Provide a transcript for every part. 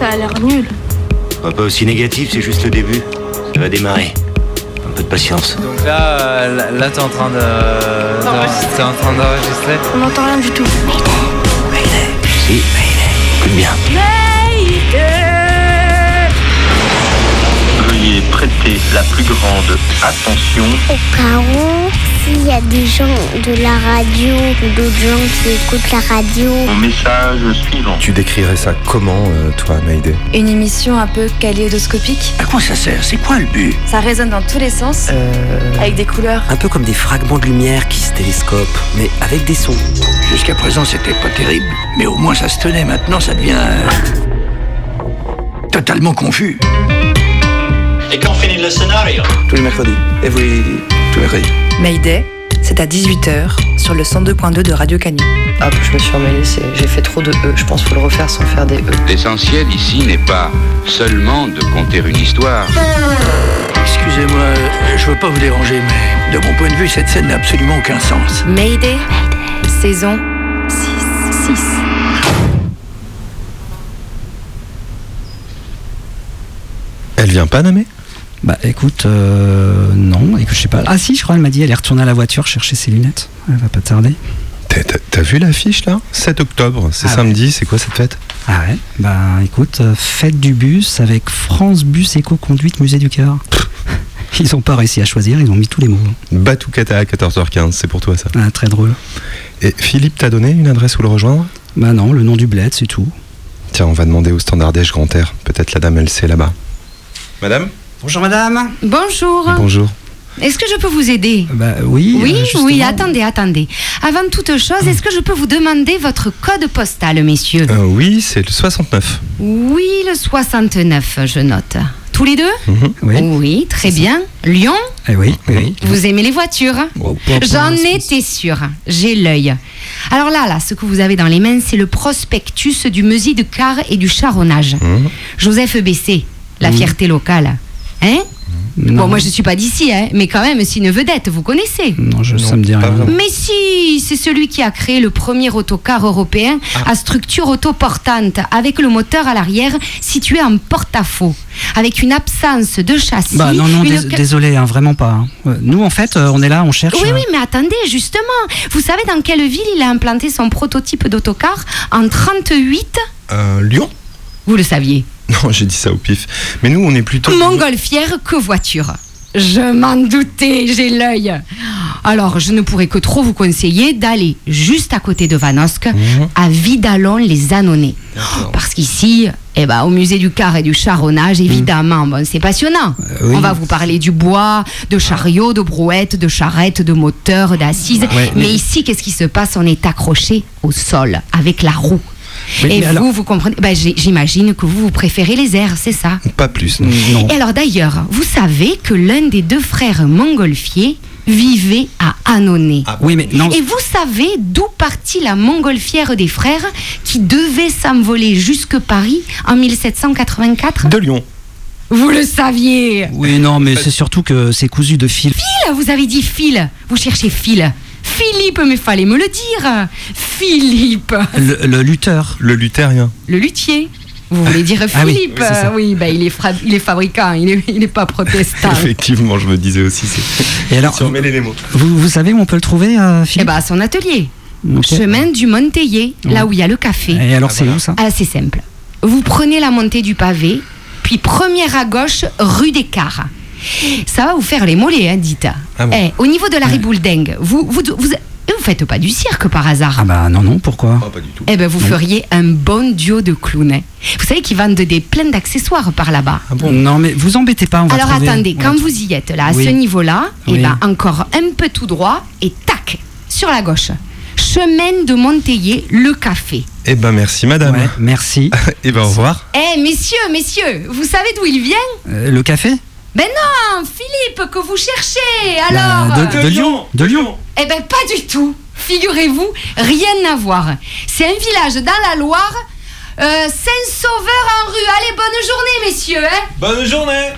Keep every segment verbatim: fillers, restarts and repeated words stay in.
Ça a l'air nul. Pas, pas aussi négatif, c'est juste le début. Ça va démarrer. Un peu de patience. Donc là, euh, là, là, t'es en train de, de t'es en train d'enregistrer. On n'entend rien du tout. Si, écoute bien. Veuillez prêter la plus grande attention. Au cas où, s'il y a des gens de la radio ou d'autres gens qui écoutent la radio. Au message suivant. Tu décrirais ça comment, euh, toi, Mayday? Une émission un peu kaléidoscopique. À quoi ça sert? C'est quoi le but? Ça résonne dans tous les sens, euh... avec des couleurs. Un peu comme des fragments de lumière qui se télescopent, mais avec des sons. Jusqu'à présent, c'était pas terrible, mais au moins ça se tenait. Maintenant, ça devient euh, totalement confus. Et quand finit le scénario? Tous les mercredis. Every... Tous les mercredis. Mayday, c'est à dix-huit heures sur le cent deux point deux de Radio Canu. Hop, je me suis emmêlée, c'est... j'ai fait trop de E. Je pense qu'il faut le refaire sans faire des E. L'essentiel ici n'est pas seulement de conter une histoire. Excusez-moi, je veux pas vous déranger, mais de mon point de vue, cette scène n'a absolument aucun sens. Mayday, saison six. Elle vient pas, Namé? Bah écoute, euh, non, écoute, je sais pas. Ah si, je crois, elle m'a dit, elle est retournée à la voiture chercher ses lunettes. Elle va pas tarder. T'as, t'as, t'as vu l'affiche là? sept octobre, c'est ah samedi, ouais. C'est quoi cette fête? Ah ouais, bah écoute, euh, fête du bus avec France Bus Éco-Conduite Musée du Cœur. Ils ont pas réussi à choisir, ils ont mis tous les mots. Batoukata à quatorze heures quinze, c'est pour toi ça. Ah, très drôle. Et Philippe t'a donné une adresse où le rejoindre? Bah non, le nom du bled, c'est tout. Tiens, on va demander au Standardèche Grand Air. Peut-être la dame, elle sait là-bas. Madame? Bonjour madame. Bonjour. Bonjour. Est-ce que je peux vous aider? Bah oui. Oui, euh, oui, attendez, attendez. Avant toute chose, est-ce que je peux vous demander votre code postal, messieurs? euh, Oui, c'est le soixante-neuf. Oui, le soixante-neuf, je note. Tous les deux? Mmh. Oui. Oui, très bien. Lyon? Eh oui, oui. Vous aimez les voitures? Oh, pas, pas, J'en c'est... étais sûre, j'ai l'œil. Alors là, là, ce que vous avez dans les mains, c'est le prospectus du musée de car et du charronnage. Mmh. Joseph Bessé, la Mmh. fierté locale. Hein? Non. Bon, moi je suis pas d'ici, hein, mais quand même, c'est une vedette, vous connaissez? Non, je, Non, ça me dit pas rien. vraiment. Mais si, c'est celui qui a créé le premier autocar européen Ah. à structure autoportante, avec le moteur à l'arrière situé en porte-à-faux, avec une absence de châssis. Bah non, non, une... dés- désolé, hein, vraiment pas. hein. Euh, Nous, en fait, euh, on est là, on cherche... Oui, euh, oui, mais attendez, justement, vous savez dans quelle ville il a implanté son prototype d'autocar en trente-huit? Euh, Lyon? Vous le saviez? Non, j'ai dit ça au pif. Mais nous, on est plutôt... Montgolfière que voiture. Je m'en doutais, j'ai l'œil. Alors, je ne pourrais que trop vous conseiller d'aller juste à côté de Vanosque, Mmh. à Vidalon-les-Annonais. Parce qu'ici, eh ben, au musée du car et du charronnage, évidemment, bon, c'est passionnant. Euh, oui. On va vous parler du bois, de chariots, de brouettes, de charrettes, de moteurs, d'assises. Ouais, mais... mais- ici, qu'est-ce qui se passe? On est accroché au sol, avec la roue. Oui, et mais vous, alors- vous comprenez, ben, j'ai- j'imagine que vous, vous préférez les airs, c'est ça? Pas plus, non. Non. Et alors d'ailleurs, vous savez que l'un des deux frères montgolfiers vivait à Annonay. Ah Oui, mais non. Et vous savez d'où partit la montgolfière des frères qui devait s'envoler jusque Paris en mille sept cent quatre-vingt-quatre? De Lyon. Vous le saviez? Oui, non, mais c'est surtout que c'est cousu de fil. Phil, vous avez dit Phil. Vous cherchez Phil. Philippe, mais fallait me le dire. Philippe. Le, le lutteur. Le luthérien. Le luthier. Vous voulez dire Ah oui, Philippe? oui, c'est ça. Oui, bah, il, est fra- il est fabricant, il n'est il est pas protestant. Effectivement, je me disais aussi. C'est... Et alors, Si on mêlait les mots. vous, vous savez où on peut le trouver, euh, Eh Philippe? bien, à son atelier. Ok. Chemin du Monteillé, là où il y a le café. Et alors, Ah, c'est voilà. où ça? Ah, c'est simple. Vous prenez la montée du pavé, puis première à gauche, rue des Cars. Ça va vous faire les mollets, hein, dites. Ah bon. Eh, au niveau de la Ouais. ribouledingue, vous, vous, vous, vous faites pas du cirque par hasard? Ah bah non, non, pourquoi? Ah, pas du tout. Eh ben, vous Non. feriez un bon duo de clowns. hein. Vous savez qu'ils vendent des, plein d'accessoires par là-bas. Ah bon? Non, mais vous embêtez pas, on va Alors trouver- attendez, on quand va vous y êtes, là, à Oui. ce niveau-là, eh Oui. ben, encore un peu tout droit, et tac, sur la gauche. Chemin de Monteillé, le café. Eh ben, merci, madame. Ouais, merci. Eh ben, au revoir. Eh, messieurs, messieurs, vous savez d'où il vient? Euh, le café? Ben non, Philippe, que vous cherchez, Bah, alors de, de Lyon. De Lyon. Eh ben pas du tout. Figurez-vous, rien à voir. C'est un village dans la Loire, euh, Saint-Sauveur-en-Rue. Allez, bonne journée, messieurs. Hein. Bonne journée.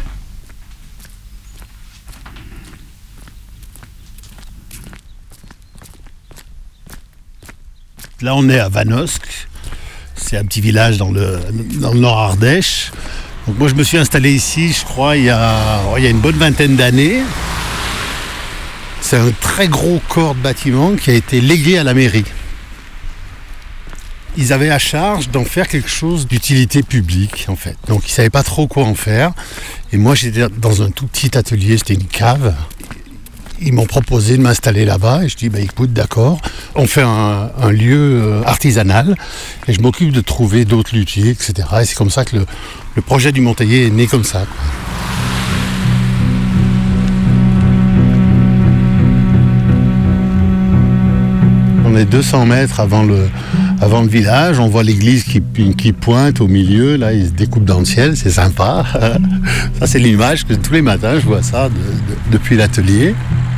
Là, on est à Vanosque. C'est c'est un petit village dans le, dans le Nord Ardèche. Donc moi je me suis installé ici, je crois, il y a, il y a une bonne vingtaine d'années. C'est un très gros corps de bâtiment qui a été légué à la mairie. Ils avaient à charge d'en faire quelque chose d'utilité publique, en fait. Donc ils ne savaient pas trop quoi en faire. Et moi j'étais dans un tout petit atelier, c'était une cave. Ils m'ont proposé de m'installer là-bas et je dis bah écoute d'accord, on fait un, un lieu artisanal et je m'occupe de trouver d'autres luthiers, et cetera. Et c'est comme ça que le, le projet du Montaillé est né comme ça, quoi. On est deux cents mètres avant le, avant le village, on voit l'église qui, qui pointe au milieu, là il se découpe dans le ciel, c'est sympa. Ça c'est l'image que tous les matins je vois ça de, de, depuis l'atelier.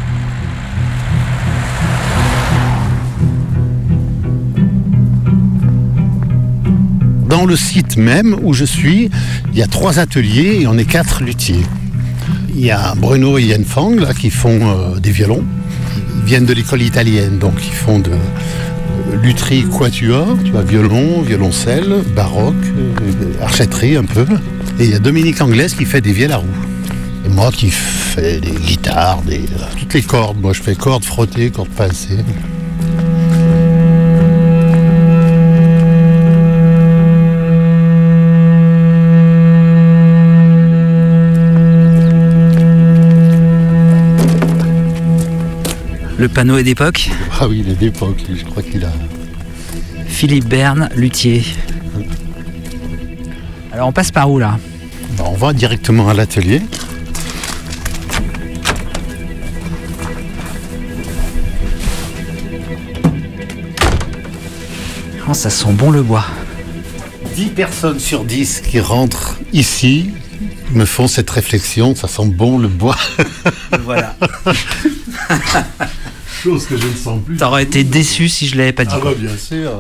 Dans le site même où je suis, il y a trois ateliers et on est quatre luthiers. Il y a Bruno et Yen Fang là, qui font euh, des violons. Ils viennent de l'école italienne, donc ils font de euh, lutherie quatuor, tu vois, violon, violoncelle, baroque, euh, archetterie un peu. Et il y a Dominique Anglaise qui fait des vielles à roue. Et moi qui fais des guitares, des, euh, toutes les cordes. Moi je fais cordes frottées, cordes pincées. Le panneau est d'époque. Ah oui, il est d'époque, je crois qu'il a... Philippe Berne, luthier. Alors on passe par où là ? Ben, on va directement à l'atelier. Oh, ça sent bon le bois. dix personnes sur dix qui rentrent ici me font cette réflexion, ça sent bon le bois. Voilà. Chose que je ne sens plus. T'aurais été déçu si je l'avais pas dit. Ah bah bien sûr.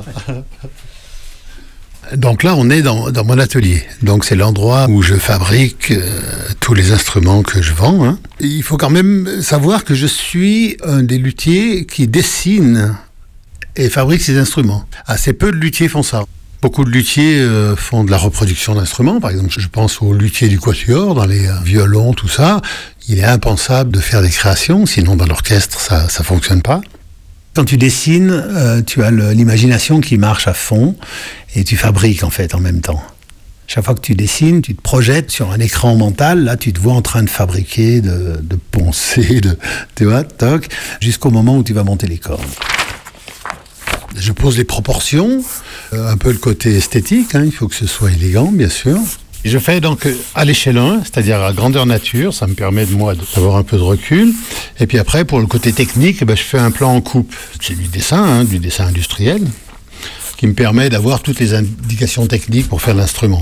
Donc là, on est dans, dans mon atelier. Donc c'est l'endroit où je fabrique euh, tous les instruments que je vends. Hein. Et il faut quand même savoir que je suis un des luthiers qui dessine et fabrique ces instruments. Assez peu de luthiers font ça. Beaucoup de luthiers euh, font de la reproduction d'instruments. Par exemple, je pense aux luthiers du quatuor, dans les euh, violons, tout ça. Il est impensable de faire des créations, sinon dans l'orchestre, ça ça fonctionne pas. Quand tu dessines, euh, tu as le, l'imagination qui marche à fond et tu fabriques en fait en même temps. Chaque fois que tu dessines, tu te projettes sur un écran mental. Là, tu te vois en train de fabriquer, de, de poncer, de, tu vois, toc, jusqu'au moment où tu vas monter les cordes. Je pose les proportions, euh, un peu le côté esthétique, hein, il faut que ce soit élégant, bien sûr. Je fais donc à l'échelle un, c'est-à-dire à grandeur nature, ça me permet de moi d'avoir un peu de recul. Et puis après, pour le côté technique, eh ben, je fais un plan en coupe. C'est du dessin, hein, du dessin industriel, qui me permet d'avoir toutes les indications techniques pour faire l'instrument.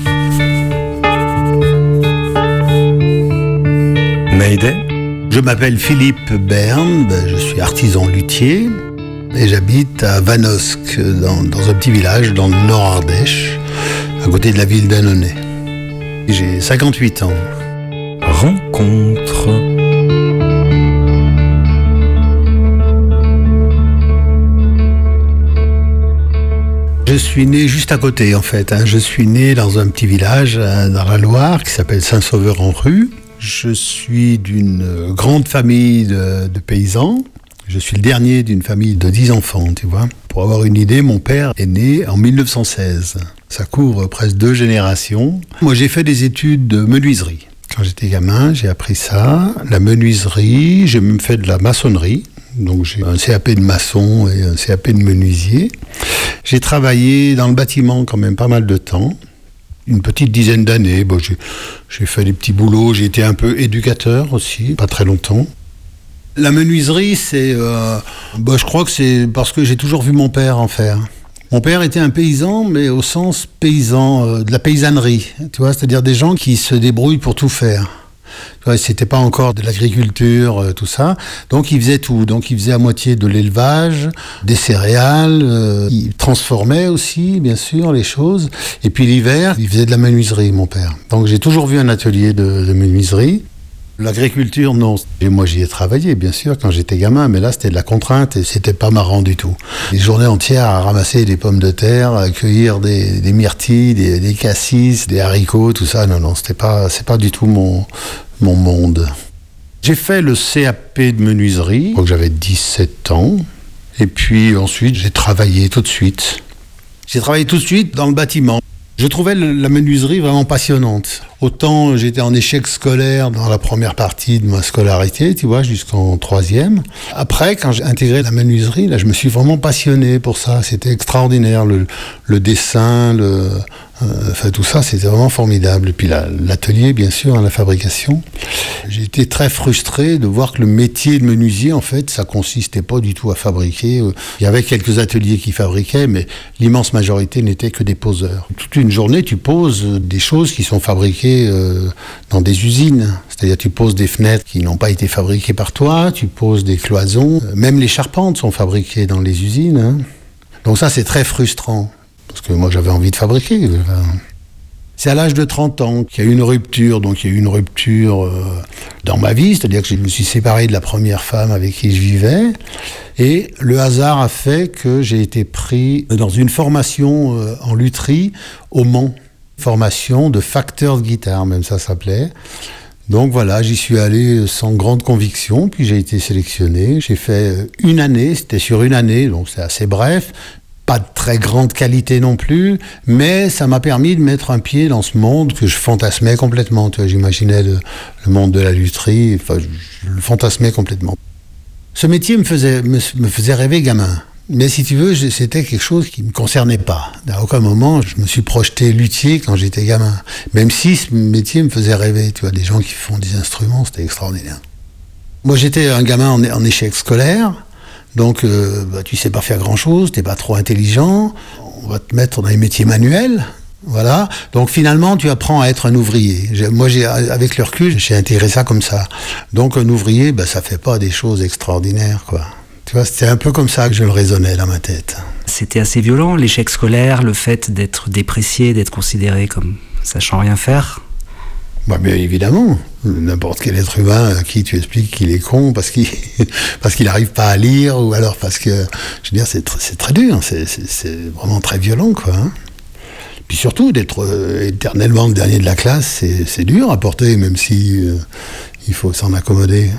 Mayday. Je m'appelle Philippe Berne, ben, je suis artisan luthier et j'habite à Vanosque, dans, dans un petit village dans le Nord Ardèche, à côté de la ville d'Annonay. J'ai cinquante-huit ans. Rencontre. Je suis né juste à côté en fait. Hein. Je suis né dans un petit village dans la Loire qui s'appelle Saint-Sauveur-en-Rue. Je suis d'une grande famille de, de paysans. Je suis le dernier d'une famille de dix enfants, tu vois. Pour avoir une idée, mon père est né en mille neuf cent seize. Ça couvre presque deux générations. Moi, j'ai fait des études de menuiserie. Quand j'étais gamin, j'ai appris ça. La menuiserie, j'ai même fait de la maçonnerie. Donc, j'ai un C A P de maçon et un C A P de menuisier. J'ai travaillé dans le bâtiment quand même pas mal de temps. Une petite dizaine d'années. Bon, j'ai, j'ai fait des petits boulots. J'ai été un peu éducateur aussi, pas très longtemps. La menuiserie, c'est... Euh, bah, je crois que c'est parce que j'ai toujours vu mon père en faire. Mon père était un paysan, mais au sens paysan, euh, de la paysannerie, tu vois, c'est-à-dire des gens qui se débrouillent pour tout faire. Tu vois, c'était pas encore de l'agriculture, euh, tout ça. Donc, il faisait tout. Donc, il faisait à moitié de l'élevage, des céréales. Euh, il transformait aussi, bien sûr, les choses. Et puis, l'hiver, il faisait de la menuiserie, mon père. Donc, j'ai toujours vu un atelier de, de menuiserie. L'agriculture, non. Et moi, j'y ai travaillé, bien sûr, quand j'étais gamin, mais là, c'était de la contrainte et c'était pas marrant du tout. Des journées entières à ramasser des pommes de terre, à cueillir des, des myrtilles, des, des cassis, des haricots, tout ça. Non, non, c'était pas, c'est pas du tout mon, mon monde. J'ai fait le C A P de menuiserie, je crois que j'avais dix-sept ans. Et puis ensuite, j'ai travaillé tout de suite. J'ai travaillé tout de suite dans le bâtiment. Je trouvais la menuiserie vraiment passionnante. Autant j'étais en échec scolaire dans la première partie de ma scolarité, tu vois, jusqu'en troisième. Après, quand j'ai intégré la menuiserie, là, je me suis vraiment passionné pour ça. C'était extraordinaire, le, le dessin, le, euh, enfin tout ça, c'était vraiment formidable. Et puis la, l'atelier, bien sûr, hein, la fabrication. J'ai été très frustré de voir que le métier de menuisier, en fait, ça consistait pas du tout à fabriquer. Il y avait quelques ateliers qui fabriquaient, mais l'immense majorité n'étaient que des poseurs. Toute une journée, tu poses des choses qui sont fabriquées euh, dans des usines. C'est-à-dire, tu poses des fenêtres qui n'ont pas été fabriquées par toi, tu poses des cloisons. Même les charpentes sont fabriquées dans les usines. Hein. Donc ça, c'est très frustrant. Parce que moi, j'avais envie de fabriquer. C'est à l'âge de trente ans qu'il y a eu une rupture. Donc, il y a eu une rupture euh, dans ma vie. C'est-à-dire que je me suis séparé de la première femme avec qui je vivais. Et le hasard a fait que j'ai été pris dans une formation euh, en lutherie au Mans. Formation de facteur de guitare, même ça s'appelait. Donc voilà, j'y suis allé sans grande conviction, puis j'ai été sélectionné. J'ai fait une année, c'était sur une année, donc c'est assez bref. Pas de très grande qualité non plus, mais ça m'a permis de mettre un pied dans ce monde que je fantasmais complètement. Tu vois, j'imaginais le, le monde de la lutherie, enfin, je, je le fantasmais complètement. Ce métier me faisait, me, me faisait rêver gamin. Mais si tu veux, c'était quelque chose qui ne me concernait pas. À aucun moment, je me suis projeté luthier quand j'étais gamin. Même si ce métier me faisait rêver. Tu vois, des gens qui font des instruments, c'était extraordinaire. Moi, j'étais un gamin en, en échec scolaire. Donc, euh, bah, tu sais pas faire grand-chose, t'es pas trop intelligent. On va te mettre dans les métiers manuels. Voilà. Donc, finalement, tu apprends à être un ouvrier. J'ai, moi, j'ai, avec le recul, j'ai intégré ça comme ça. Donc, un ouvrier, bah, ça fait pas des choses extraordinaires, quoi. Tu vois, c'était un peu comme ça que je le raisonnais dans ma tête. C'était assez violent, l'échec scolaire, le fait d'être déprécié, d'être considéré comme sachant rien faire. Bah, bien évidemment, n'importe quel être humain à qui tu expliques qu'il est con parce qu'il parce qu'il n'arrive pas à lire, ou alors parce que, je veux dire, c'est, tr- c'est très dur, c'est, c'est, c'est vraiment très violent, quoi. Hein. Puis surtout, d'être euh, éternellement le dernier de la classe, c'est, c'est dur à porter, même si euh, il faut s'en accommoder.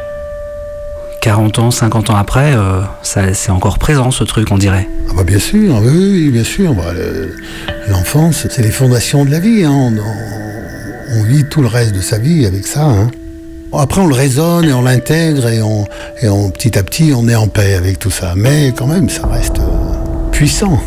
quarante ans, cinquante ans après, euh, ça, c'est encore présent ce truc, on dirait. Ah bah bien sûr, oui, oui bien sûr. Bah, le, l'enfance, c'est les fondations de la vie. Hein. On, on, on vit tout le reste de sa vie avec ça. Hein. Après, on le raisonne et on l'intègre et, on, et on, petit à petit, on est en paix avec tout ça. Mais quand même, ça reste euh, puissant.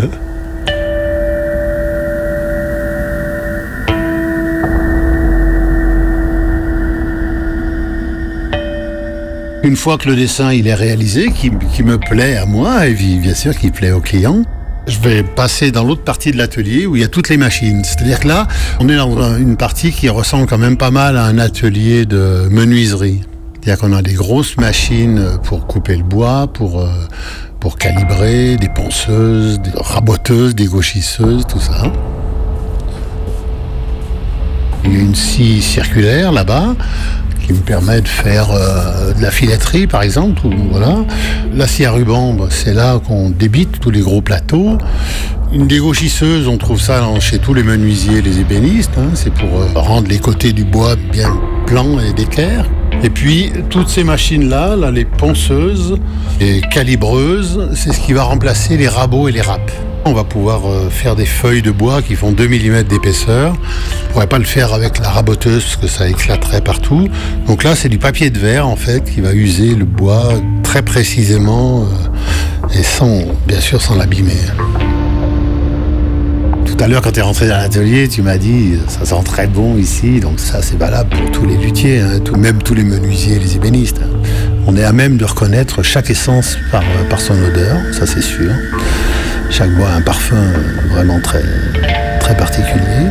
Une fois que le dessin il est réalisé, qui, qui me plaît à moi, et bien sûr qui plaît au client, je vais passer dans l'autre partie de l'atelier où il y a toutes les machines. C'est-à-dire que là, on est dans une partie qui ressemble quand même pas mal à un atelier de menuiserie. C'est-à-dire qu'on a des grosses machines pour couper le bois, pour, euh, pour calibrer, des ponceuses, des raboteuses, des gauchisseuses, tout ça. Il y a une scie circulaire là-bas, qui me permet de faire euh, de la filetterie, par exemple. Ou, voilà. La scie à ruban, bah, c'est là qu'on débite tous les gros plateaux. Une dégauchisseuse, on trouve ça dans, chez tous les menuisiers, les ébénistes. Hein, c'est pour euh, rendre les côtés du bois bien plans et d'équerre. Et puis, toutes ces machines-là, là, les ponceuses, les calibreuses, c'est ce qui va remplacer les rabots et les râpes. On va pouvoir euh, faire des feuilles de bois qui font deux millimètres d'épaisseur. On ne pourrait pas le faire avec la raboteuse parce que ça éclaterait partout. Donc là, c'est du papier de verre, en fait, qui va user le bois très précisément euh, et sans, bien sûr, sans l'abîmer. Tout à l'heure, quand tu es rentré dans l'atelier, tu m'as dit « ça sent très bon ici ». Donc ça, c'est valable pour tous les luthiers, hein, tout, même tous les menuisiers, les ébénistes. On est à même de reconnaître chaque essence par, par son odeur, ça c'est sûr. Chaque bois a un parfum vraiment très, très particulier.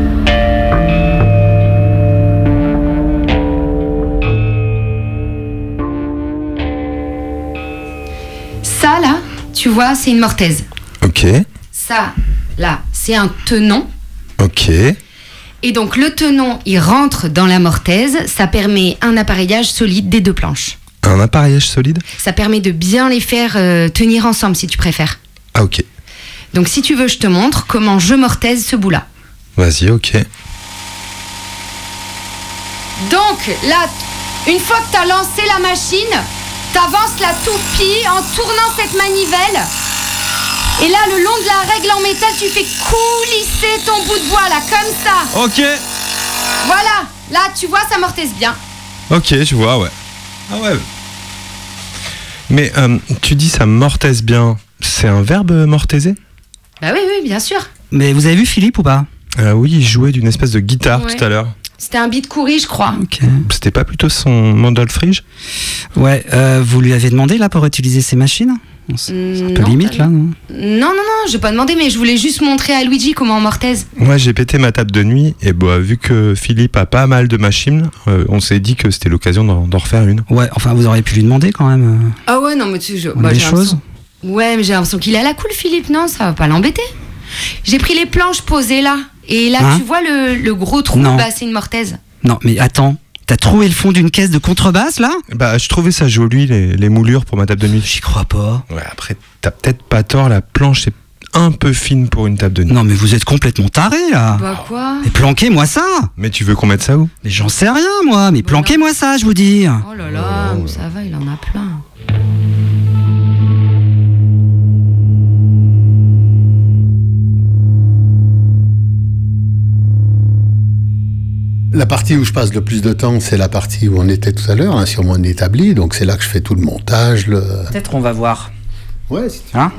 Ça, là, tu vois, c'est une mortaise. Ok. Ça, là, c'est un tenon. Ok. Et donc le tenon, il rentre dans la mortaise, ça permet un appareillage solide des deux planches. Un appareillage solide ? Ça permet de bien les faire euh, tenir ensemble si tu préfères. Ah ok. Donc si tu veux, je te montre comment je mortaise ce bout-là. Vas-y, ok. Donc là, une fois que tu as lancé la machine, tu avances la toupie en tournant cette manivelle. Et là, le long de la règle en métal, tu fais coulisser ton bout de bois, là, comme ça. Ok. Voilà, là, tu vois, ça mortaise bien. Ok, je vois, ouais. Ah ouais. Mais euh, tu dis ça mortaise bien. C'est un verbe mortaiser ? Bah oui, oui, bien sûr. Mais vous avez vu Philippe ou pas ? euh, Oui, il jouait d'une espèce de guitare ouais. tout à l'heure. C'était un beat courri, je crois. Ok. C'était pas plutôt son Mandel Frige ? Ouais, euh, vous lui avez demandé là pour utiliser ces machines ? C'est un peu non, limite là, non ? Non, non, non, j'ai pas demandé, mais je voulais juste montrer à Luigi comment on mortaise. Moi, j'ai pété ma table de nuit et bah, vu que Philippe a pas mal de machines, euh, on s'est dit que c'était l'occasion d'en, d'en refaire une. Ouais, enfin, vous auriez pu lui demander quand même. Ah ouais, non, mais tu sais, bah, des j'ai choses. Ouais, mais j'ai l'impression qu'il est à la cool, Philippe, non ? Ça va pas l'embêter. J'ai pris les planches posées là, et là, hein ? Tu vois le, le gros trou, bah, c'est une mortaise. Non, mais attends. T'as trouvé le fond d'une caisse de contrebasse, là ? Bah, je trouvais ça joli, les, les moulures pour ma table de nuit. J'y crois pas. Ouais, après, t'as peut-être pas tort, la planche est un peu fine pour une table de nuit. Non, mais vous êtes complètement taré, là. Bah, quoi ? Mais planquez-moi ça ! Mais tu veux qu'on mette ça où ? Mais j'en sais rien, moi, mais planquez-moi ça, je vous dis. Oh là là, oh, ça va, il en a plein. La partie où je passe le plus de temps, c'est la partie où on était tout à l'heure, hein, sur mon établi. Donc c'est là que je fais tout le montage. Le... Peut-être on va voir. Ouais, si tu hein ?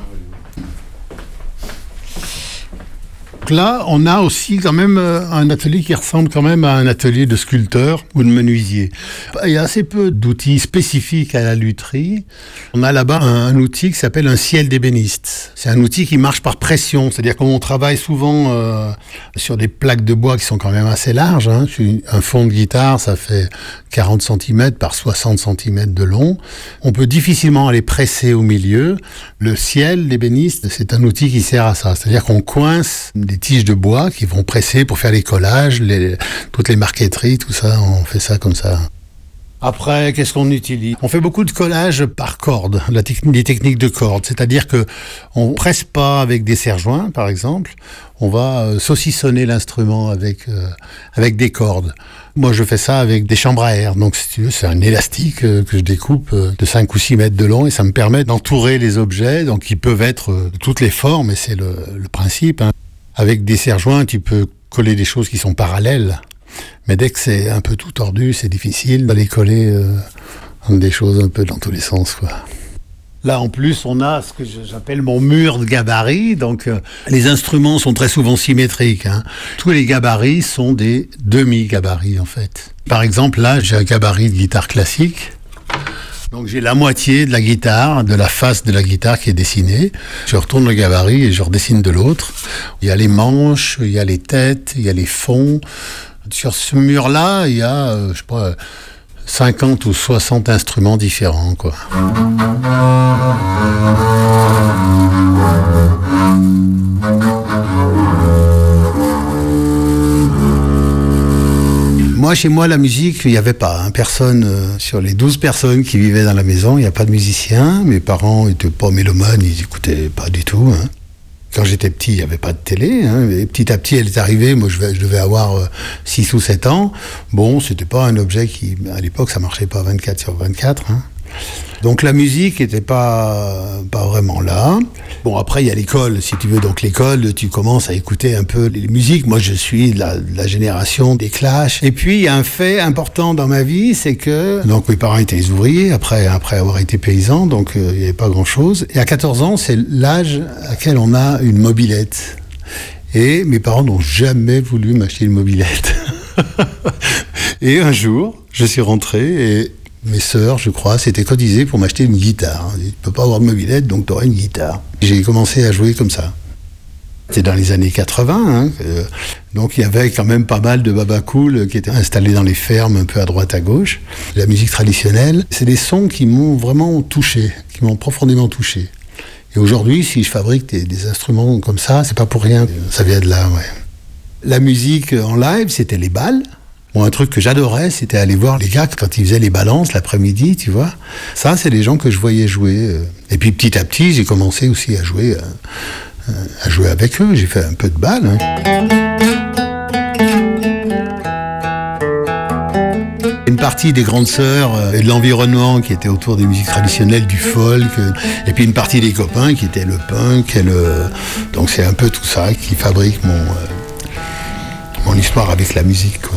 Donc là, on a aussi quand même un atelier qui ressemble quand même à un atelier de sculpteur ou de menuisier. Il y a assez peu d'outils spécifiques à la lutherie. On a là-bas un, un outil qui s'appelle un ciel d'ébéniste. C'est un outil qui marche par pression, c'est-à-dire qu'on travaille souvent euh, sur des plaques de bois qui sont quand même assez larges. Hein. Un fond de guitare, ça fait quarante centimètres par soixante centimètres de long. On peut difficilement aller presser au milieu. Le ciel d'ébéniste, c'est un outil qui sert à ça, c'est-à-dire qu'on coince des tiges de bois qui vont presser pour faire les collages, les, toutes les marqueteries, tout ça, on fait ça comme ça. Après, qu'est-ce qu'on utilise ? On fait beaucoup de collages par corde, la technique, des techniques de corde, c'est-à-dire que on presse pas avec des serre-joints, par exemple, on va euh, saucissonner l'instrument avec euh, avec des cordes. Moi, je fais ça avec des chambres à air, donc si tu veux, c'est un élastique euh, que je découpe euh, de cinq ou six mètres de long et ça me permet d'entourer les objets, donc qui peuvent être euh, de toutes les formes, et c'est le, le principe, hein. Avec des serre-joints, tu peux coller des choses qui sont parallèles. Mais dès que c'est un peu tout tordu, c'est difficile d'aller coller euh, des choses un peu dans tous les sens, quoi. Là, en plus, on a ce que j'appelle mon mur de gabarit. Donc, euh, les instruments sont très souvent symétriques, hein. Tous les gabarits sont des demi-gabarits, en fait. Par exemple, là, j'ai un gabarit de guitare classique. Donc j'ai la moitié de la guitare, de la face de la guitare qui est dessinée. Je retourne le gabarit et je redessine de l'autre. Il y a les manches, il y a les têtes, il y a les fonds. Sur ce mur-là, il y a, euh, je sais pas, cinquante ou soixante instruments différents, quoi. Moi, chez moi, la musique, il n'y avait pas. Hein, personne, euh, sur les douze personnes qui vivaient dans la maison, il n'y a pas de musicien. Mes parents n'étaient pas mélomanes, ils n'écoutaient pas du tout. Hein. Quand j'étais petit, il n'y avait pas de télé. Hein, et petit à petit, elle est arrivée. Moi, je, vais, je devais avoir euh, six ou sept ans. Bon, c'était pas un objet qui... À l'époque, ça marchait pas vingt-quatre sur vingt-quatre. Hein. Donc la musique n'était pas, pas vraiment là. Bon, après, il y a l'école, si tu veux. Donc l'école, tu commences à écouter un peu les musiques. Moi, je suis de la, de la génération des Clash. Et puis, il y a un fait important dans ma vie, c'est que... Donc mes parents étaient les ouvriers, après, après avoir été paysans, donc euh, il n'y avait pas grand-chose. Et à quatorze ans, c'est l'âge à quel on a une mobilette. Et mes parents n'ont jamais voulu m'acheter une mobilette. Et un jour, je suis rentré et... Mes sœurs, je crois, s'étaient cotisées pour m'acheter une guitare. Tu ne peux pas avoir de mobilette, donc tu auras une guitare. J'ai commencé à jouer comme ça. C'était dans les années quatre-vingts, hein, euh, donc il y avait quand même pas mal de babacool qui étaient installés dans les fermes, un peu à droite, à gauche. La musique traditionnelle, c'est des sons qui m'ont vraiment touché, qui m'ont profondément touché. Et aujourd'hui, si je fabrique des, des instruments comme ça, c'est pas pour rien. Ça vient de là, ouais. La musique en live, c'était les bals. Bon, un truc que j'adorais, c'était aller voir les gars quand ils faisaient les balances l'après-midi, tu vois. Ça, c'est les gens que je voyais jouer. Et puis petit à petit, j'ai commencé aussi à jouer, à jouer avec eux. J'ai fait un peu de bal. Hein. Une partie des grandes sœurs et de l'environnement qui était autour des musiques traditionnelles, du folk, et puis une partie des copains qui étaient le punk et le... Donc c'est un peu tout ça qui fabrique mon, euh, mon histoire avec la musique, quoi.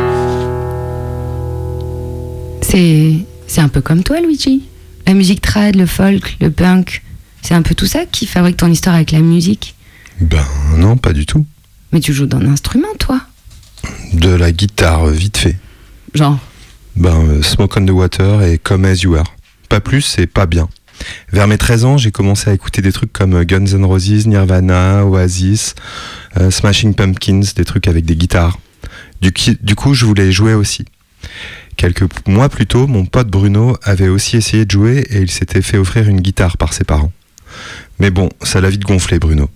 C'est, c'est un peu comme toi, Luigi. La musique trad, le folk, le punk, c'est un peu tout ça qui fabrique ton histoire avec la musique. Ben non, pas du tout. Mais tu joues d'un instrument, toi? De la guitare, vite fait. Genre? Ben, euh, Smoke on the Water et Come As You Are. Pas plus et pas bien. Vers mes treize ans, j'ai commencé à écouter des trucs comme Guns N' Roses, Nirvana, Oasis, euh, Smashing Pumpkins, des trucs avec des guitares. Du, qui, du coup, je voulais jouer aussi. Quelques mois plus tôt, mon pote Bruno avait aussi essayé de jouer et il s'était fait offrir une guitare par ses parents. Mais bon, ça l'a vite gonflé, Bruno.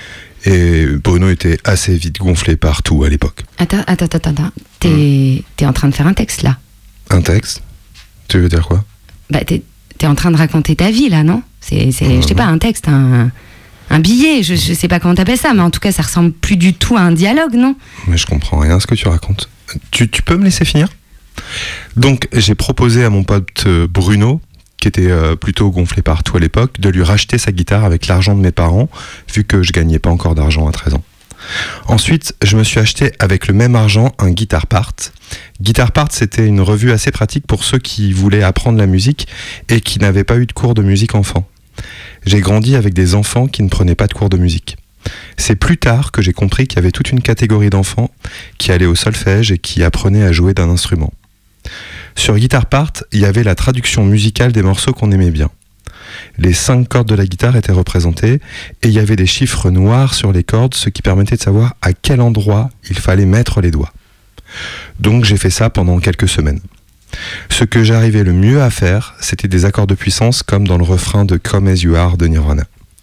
Et Bruno était assez vite gonflé par tout à l'époque. Attends, attends, attends, attends. T'es, mmh. t'es en train de faire un texte, là? Un texte? Tu veux dire quoi? Bah, t'es, t'es en train de raconter ta vie, là, non? C'est, c'est mmh. je sais pas, un texte, un, un billet, je, je sais pas comment t'appelles ça, mais en tout cas, ça ressemble plus du tout à un dialogue, non? Mais je comprends rien à ce que tu racontes. Tu, tu peux me laisser finir? Donc, j'ai proposé à mon pote Bruno, qui était euh, plutôt gonflé par tout à l'époque, de lui racheter sa guitare avec l'argent de mes parents, vu que je gagnais pas encore d'argent à treize ans. Ensuite, je me suis acheté avec le même argent un Guitar Part. Guitar Part, c'était une revue assez pratique pour ceux qui voulaient apprendre la musique et qui n'avaient pas eu de cours de musique enfant. J'ai grandi avec des enfants qui ne prenaient pas de cours de musique. C'est plus tard que j'ai compris qu'il y avait toute une catégorie d'enfants qui allaient au solfège et qui apprenaient à jouer d'un instrument. Sur Guitar Part, il y avait la traduction musicale des morceaux qu'on aimait bien. Les cinq cordes de la guitare étaient représentées et il y avait des chiffres noirs sur les cordes, ce qui permettait de savoir à quel endroit il fallait mettre les doigts. Donc j'ai fait ça pendant quelques semaines. Ce que j'arrivais le mieux à faire, c'était des accords de puissance comme dans le refrain de Come As You Are de Nirvana.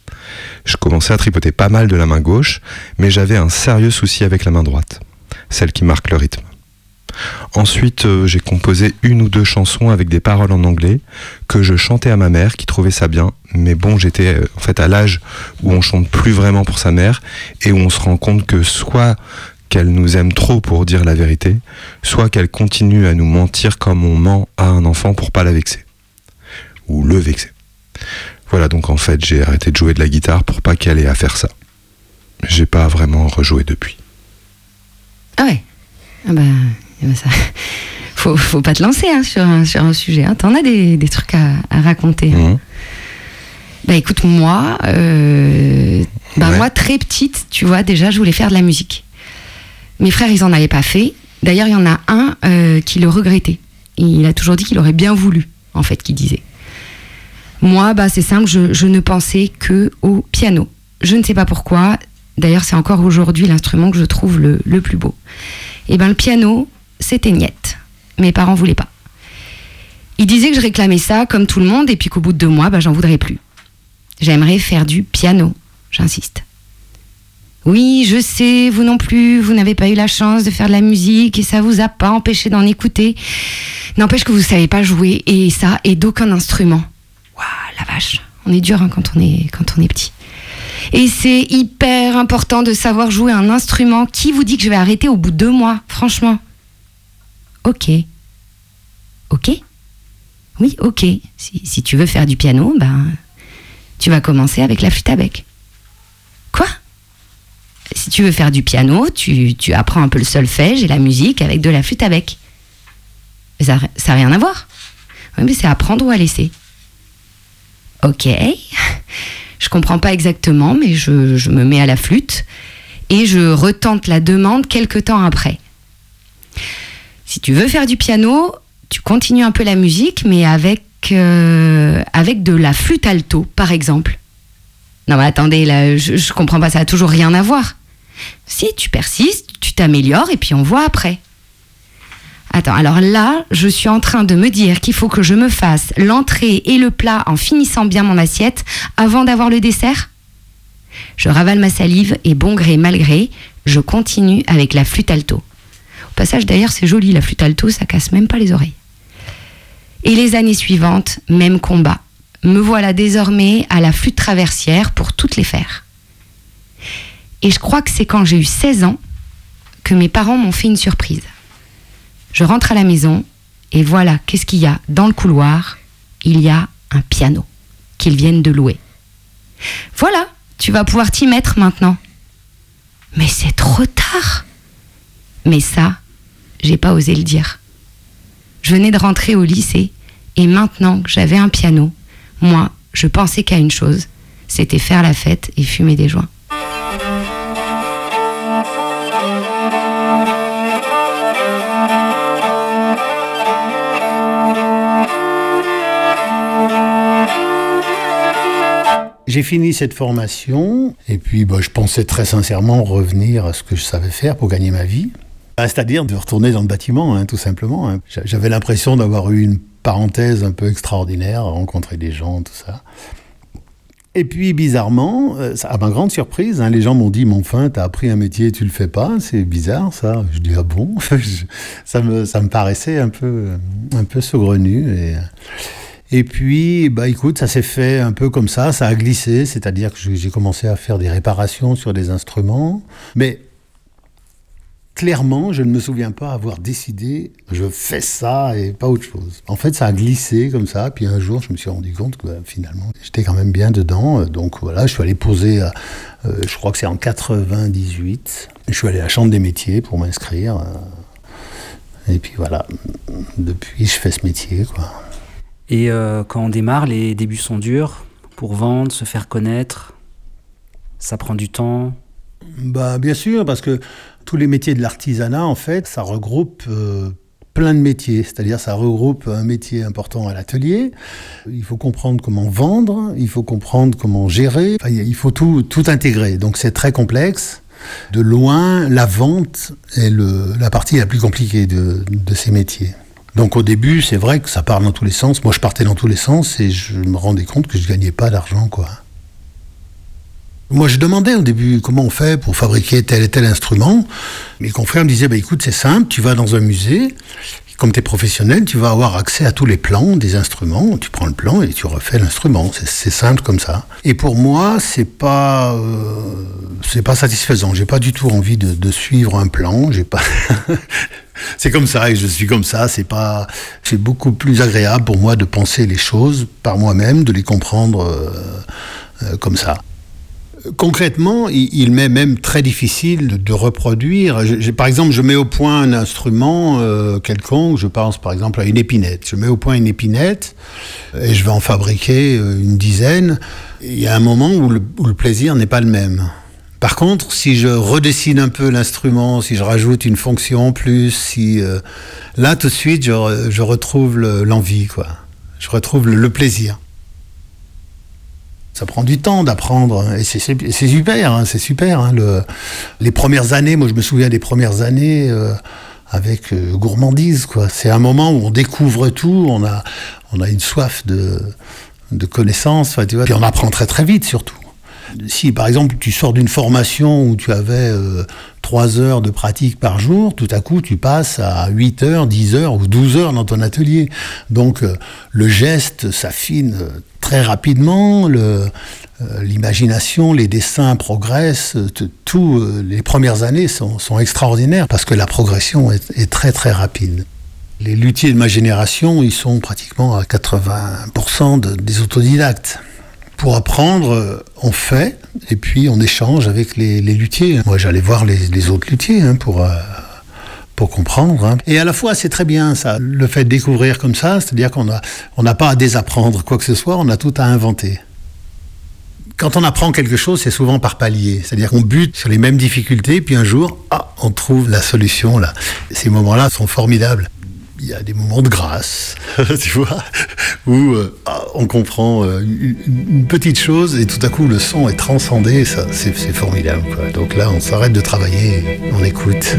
Je commençais à tripoter pas mal de la main gauche, mais j'avais un sérieux souci avec la main droite, celle qui marque le rythme. Ensuite, euh, j'ai composé une ou deux chansons avec des paroles en anglais que je chantais à ma mère qui trouvait ça bien. Mais bon, j'étais euh, en fait à l'âge où on chante plus vraiment pour sa mère et où on se rend compte que soit qu'elle nous aime trop pour dire la vérité, soit qu'elle continue à nous mentir comme on ment à un enfant pour pas la vexer. Ou le vexer. Voilà, donc en fait, j'ai arrêté de jouer de la guitare pour pas qu'elle ait à faire ça. J'ai pas vraiment rejoué depuis. Ah ouais. Ah bah... Ça, faut, faut pas te lancer hein, sur, un, sur un sujet. Hein. T'en as des, des trucs à, à raconter. Hein. Mmh. Bah écoute, moi, euh, bah ouais. moi très petite, tu vois, déjà, je voulais faire de la musique. Mes frères, ils en avaient pas fait. D'ailleurs, il y en a un euh, qui le regrettait. Il a toujours dit qu'il aurait bien voulu, en fait, qu'il disait. Moi, bah c'est simple, je, je ne pensais que au piano. Je ne sais pas pourquoi. D'ailleurs, c'est encore aujourd'hui l'instrument que je trouve le, le plus beau. Et ben le piano, c'était niette. Mes parents voulaient pas. Ils disaient que je réclamais ça comme tout le monde et puis qu'au bout de deux mois, ben, j'en voudrais plus. J'aimerais faire du piano, j'insiste. Oui, je sais, vous non plus, vous n'avez pas eu la chance de faire de la musique et ça vous a pas empêché d'en écouter. N'empêche que vous savez pas jouer et ça, et d'aucun instrument. Waouh, la vache, on est dur hein, quand on est, quand on est petit. Et c'est hyper important de savoir jouer un instrument. Qui vous dit que je vais arrêter au bout de deux mois, franchement? Ok. Ok. Oui, ok. Si, si tu veux faire du piano, ben, tu vas commencer avec la flûte à bec. Quoi? Si tu veux faire du piano, tu, tu apprends un peu le solfège et la musique avec de la flûte à bec. Ça n'a rien à voir. Oui, mais c'est apprendre ou à laisser. Ok. Je comprends pas exactement, mais je, je me mets à la flûte et je retente la demande quelques temps après. Si tu veux faire du piano, tu continues un peu la musique, mais avec, euh, avec de la flûte alto, par exemple. Non, mais attendez, là, je, je comprends pas, ça a toujours rien à voir. Si, tu persistes, tu t'améliores et puis on voit après. Attends, alors là, je suis en train de me dire qu'il faut que je me fasse l'entrée et le plat en finissant bien mon assiette avant d'avoir le dessert. Je ravale ma salive et bon gré mal gré, je continue avec la flûte alto. Au passage d'ailleurs c'est joli la flûte alto, ça casse même pas les oreilles. Et les années suivantes, même combat. Me voilà désormais à la flûte traversière pour toutes les faire. Et je crois que c'est quand j'ai eu seize ans que mes parents m'ont fait une surprise. Je rentre à la maison et voilà, qu'est-ce qu'il y a dans le couloir ? Il y a un piano qu'ils viennent de louer. Voilà, tu vas pouvoir t'y mettre maintenant. Mais c'est trop tard. Mais ça, j'ai pas osé le dire. Je venais de rentrer au lycée et maintenant que j'avais un piano, moi, je pensais qu'à une chose, c'était faire la fête et fumer des joints. J'ai fini cette formation et puis bah, je pensais très sincèrement revenir à ce que je savais faire pour gagner ma vie. C'est-à-dire de retourner dans le bâtiment, hein, tout simplement. Hein. J'avais l'impression d'avoir eu une parenthèse un peu extraordinaire, rencontrer des gens, tout ça. Et puis, bizarrement, à ma grande surprise, hein, les gens m'ont dit « Mais enfin, t'as appris un métier, tu le fais pas, c'est bizarre, ça. » Je dis « Ah bon ?» ça, me, ça me paraissait un peu, un peu saugrenu. Et, et puis, bah, écoute, ça s'est fait un peu comme ça, ça a glissé, c'est-à-dire que j'ai commencé à faire des réparations sur des instruments. Mais clairement, je ne me souviens pas avoir décidé « Je fais ça et pas autre chose ». En fait, ça a glissé comme ça. Puis un jour, je me suis rendu compte que bah, finalement, j'étais quand même bien dedans. Donc voilà, je suis allé poser, euh, je crois que c'est en quatre-vingt-dix-huit. Je suis allé à la Chambre des métiers pour m'inscrire. Euh, et puis voilà, depuis, je fais ce métier, quoi. Et euh, quand on démarre, les débuts sont durs pour vendre, se faire connaître. Ça prend du temps. Bah, bien sûr, parce que tous les métiers de l'artisanat, en fait, ça regroupe euh, plein de métiers. C'est-à-dire, ça regroupe un métier important à l'atelier. Il faut comprendre comment vendre, il faut comprendre comment gérer. Enfin, il faut tout, tout intégrer. Donc, c'est très complexe. De loin, la vente est le, la partie la plus compliquée de, de ces métiers. Donc, au début, c'est vrai que ça part dans tous les sens. Moi, je partais dans tous les sens et je me rendais compte que je gagnais pas d'argent, quoi. Moi, je demandais au début comment on fait pour fabriquer tel et tel instrument. Mes confrères me disaient, bah, écoute, c'est simple, tu vas dans un musée, comme tu es professionnel, tu vas avoir accès à tous les plans des instruments, tu prends le plan et tu refais l'instrument. C'est, c'est simple comme ça. Et pour moi, c'est pas, euh, c'est pas satisfaisant. J'ai pas du tout envie de, de suivre un plan. J'ai pas... C'est comme ça et je suis comme ça. C'est pas, c'est beaucoup plus agréable pour moi de penser les choses par moi-même, de les comprendre euh, euh, comme ça. Concrètement, il m'est même très difficile de, de reproduire. Je, je, par exemple, je mets au point un instrument euh, quelconque, je pense par exemple à une épinette. Je mets au point une épinette et je vais en fabriquer une dizaine. Il y a un moment où le, où le plaisir n'est pas le même. Par contre, si je redessine un peu l'instrument, si je rajoute une fonction en plus, si, euh, là tout de suite je, je retrouve le, l'envie, quoi. Je retrouve le, le plaisir. Ça prend du temps d'apprendre, et c'est, c'est, c'est super, hein, c'est super. Hein, le, les premières années, moi je me souviens des premières années euh, avec euh, gourmandise, quoi. C'est un moment où on découvre tout, on a, on a une soif de, de connaissances, tu vois, puis on apprend très très vite surtout. Si par exemple tu sors d'une formation où tu avais euh, trois heures de pratique par jour, tout à coup tu passes à huit heures, dix heures ou douze heures dans ton atelier. Donc euh, le geste s'affine très rapidement, le, euh, l'imagination, les dessins progressent, t- tout, euh, les premières années sont, sont extraordinaires parce que la progression est, est très très rapide. Les luthiers de ma génération, ils sont pratiquement à quatre-vingts pour cent de, des autodidactes. Pour apprendre, on fait, et puis on échange avec les, les luthiers. Moi, j'allais voir les, les autres luthiers hein, pour, euh, pour comprendre. Hein. Et à la fois, c'est très bien, ça, le fait de découvrir comme ça, c'est-à-dire qu'on a, on n'a pas à désapprendre quoi que ce soit, on a tout à inventer. Quand on apprend quelque chose, c'est souvent par palier. C'est-à-dire qu'on bute sur les mêmes difficultés, puis un jour, ah, on trouve la solution, là. Ces moments-là sont formidables. Il y a des moments de grâce, tu vois, où euh, on comprend euh, une, une petite chose et tout à coup le son est transcendé, ça, c'est, c'est formidable, quoi. Donc là, on s'arrête de travailler, on écoute.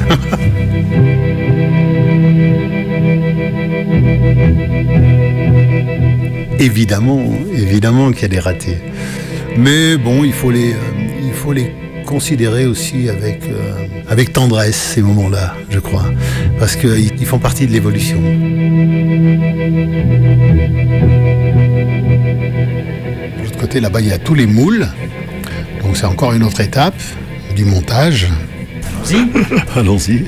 Évidemment, évidemment qu'il y a des ratés. Mais bon, il faut les, euh, il faut les considérer aussi avec, euh, avec tendresse, ces moments-là, je crois, parce qu'ils ils font partie de l'évolution. De l'autre côté, là-bas, il y a tous les moules, donc c'est encore une autre étape du montage. Allons-y. Allons-y.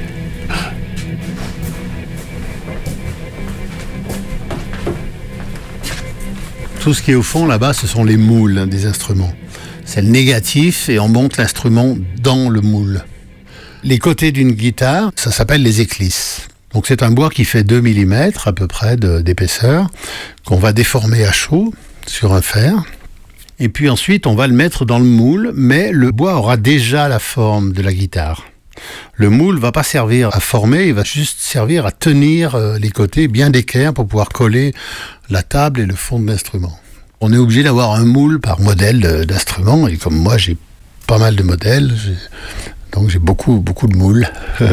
Tout ce qui est au fond, là-bas, ce sont les moules hein, des instruments. C'est le négatif et on monte l'instrument dans le moule. Les côtés d'une guitare, ça s'appelle les éclisses. Donc c'est un bois qui fait deux millimètres à peu près de, d'épaisseur, qu'on va déformer à chaud sur un fer. Et puis ensuite, on va le mettre dans le moule, mais le bois aura déjà la forme de la guitare. Le moule ne va pas servir à former, il va juste servir à tenir les côtés bien d'équerre pour pouvoir coller la table et le fond de l'instrument. On est obligé d'avoir un moule par modèle d'instrument, et comme moi j'ai pas mal de modèles, j'ai... donc j'ai beaucoup, beaucoup de moules.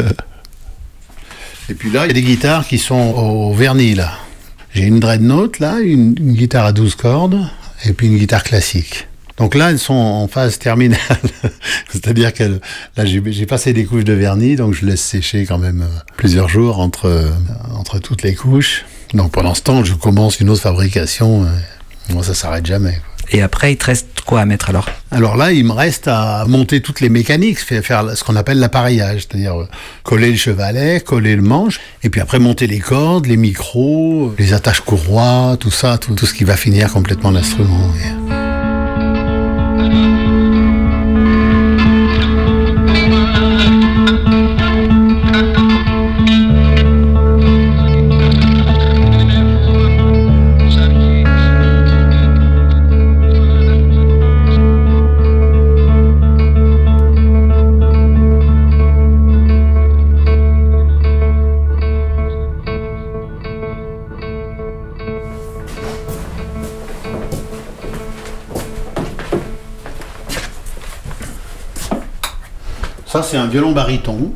Et puis là, il y a des guitares qui sont au vernis là. J'ai une dreadnought là, une, une guitare à douze cordes, et puis une guitare classique. Donc là, elles sont en phase terminale. C'est-à-dire que là, j'ai, j'ai passé des couches de vernis, donc je laisse sécher quand même plusieurs jours entre, euh, entre toutes les couches. Donc pendant ce temps, je commence une autre fabrication. Euh, moi, ça s'arrête jamais, quoi. Et après, il te reste quoi à mettre alors ? Alors là, il me reste à monter toutes les mécaniques, faire ce qu'on appelle l'appareillage, c'est-à-dire coller le chevalet, coller le manche, et puis après monter les cordes, les micros, les attaches courroies, tout ça, tout, tout ce qui va finir complètement l'instrument. Ça, c'est un violon baryton.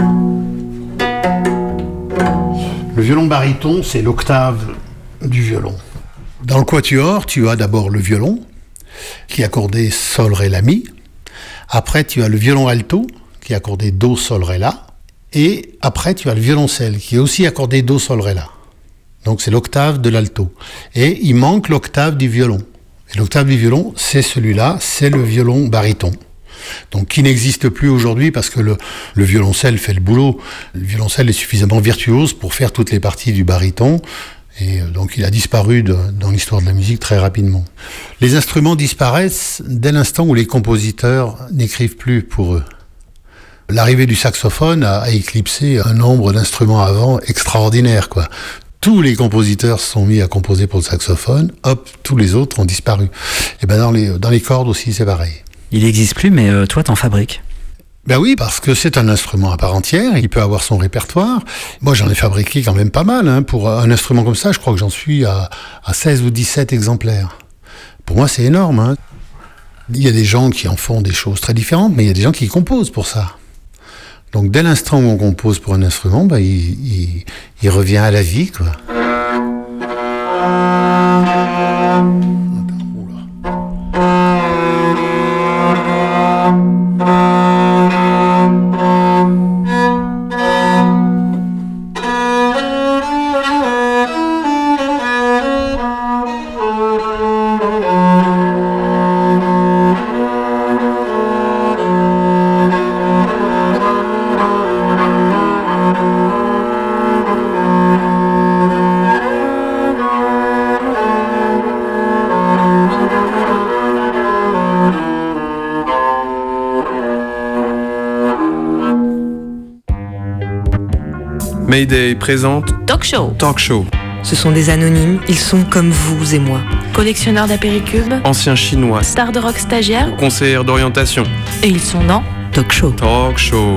Le violon baryton, c'est l'octave du violon. Dans le quatuor, tu as d'abord le violon, qui est accordé sol, ré, la, mi. Après, tu as le violon alto, qui est accordé do, sol, ré, la. Et après, tu as le violoncelle, qui est aussi accordé do, sol, ré, la. Donc, c'est l'octave de l'alto. Et il manque l'octave du violon. Et l'octave du violon, c'est celui-là, c'est le violon baryton. Donc qui n'existe plus aujourd'hui parce que le, le violoncelle fait le boulot. Le violoncelle est suffisamment virtuose pour faire toutes les parties du baryton, et donc il a disparu de, dans l'histoire de la musique très rapidement. Les instruments disparaissent dès l'instant où les compositeurs n'écrivent plus pour eux. L'arrivée du saxophone a, a éclipsé un nombre d'instruments avant extraordinaire, quoi. Tous les compositeurs se sont mis à composer pour le saxophone, hop, tous les autres ont disparu. Et ben dans les, dans les cordes aussi, c'est pareil. Il n'existe plus, mais euh, toi, t'en fabriques. Ben oui, parce que c'est un instrument à part entière, il peut avoir son répertoire. Moi, j'en ai fabriqué quand même pas mal. Hein. Pour un instrument comme ça, je crois que j'en suis à, à seize ou dix-sept exemplaires. Pour moi, c'est énorme. Hein. Il y a des gens qui en font des choses très différentes, mais il y a des gens qui composent pour ça. Donc, dès l'instant où on compose pour un instrument, ben, il, il, il revient à la vie, quoi. Mayday présente Talk Show. Talk Show. Ce sont des anonymes, ils sont comme vous et moi. Collectionneurs d'apéricubes, Anciens chinois, stars de rock stagiaires, conseillers d'orientation. Et ils sont dans Talk Show. Talk Show.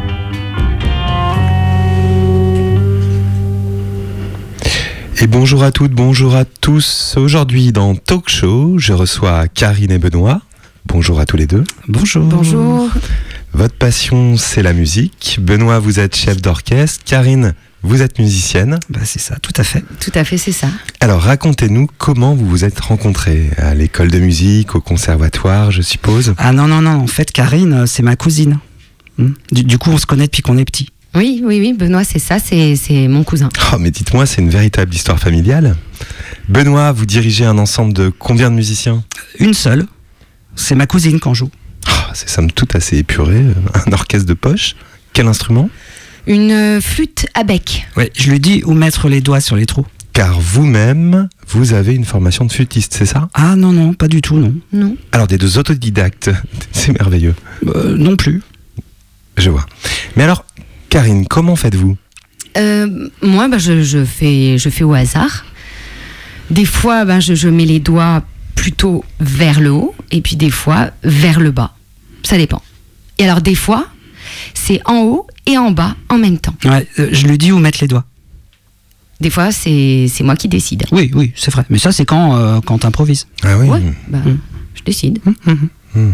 Et bonjour à toutes, bonjour à tous. Aujourd'hui dans Talk Show, je reçois Karine et Benoît. Bonjour à tous les deux. Bonjour. Bonjour. Votre passion, c'est la musique. Benoît, vous êtes chef d'orchestre. Karine, vous êtes musicienne. Bah, c'est ça, tout à fait. Tout à fait, c'est ça. Alors, racontez-nous comment vous vous êtes rencontrés. À l'école de musique, au conservatoire, je suppose. Ah non, non, non, en fait, Karine, c'est ma cousine. Du, du coup, on se connaît depuis qu'on est petit. Oui, oui, oui, Benoît, c'est ça, c'est, c'est mon cousin. Oh, mais dites-moi, c'est une véritable histoire familiale. Benoît, vous dirigez un ensemble de combien de musiciens ? Une seule. C'est ma cousine qu'on joue. Oh, c'est somme toute assez épuré. Un orchestre de poche. Quel instrument ? Une flûte à bec. Ouais, je lui dis où mettre les doigts sur les trous. Car vous-même, vous avez une formation de flûtiste, c'est ça ? Ah non, non, pas du tout, non. Non. Alors, des deux autodidactes, c'est merveilleux. Euh, non plus. Je vois. Mais alors, Karine, comment faites-vous ? euh, Moi, bah, je, je, fais, je fais au hasard. Des fois, bah, je, je mets les doigts plutôt vers le haut, et puis des fois, vers le bas. Ça dépend. Et alors, des fois, c'est en haut et en bas en même temps. Ouais, euh, je lui dis où mettre les doigts. Des fois, c'est, c'est moi qui décide. Oui, oui, c'est vrai. Mais ça, c'est quand, euh, quand t'improvises. Ah oui. Ouais, bah, mmh. je décide. Mmh, mmh.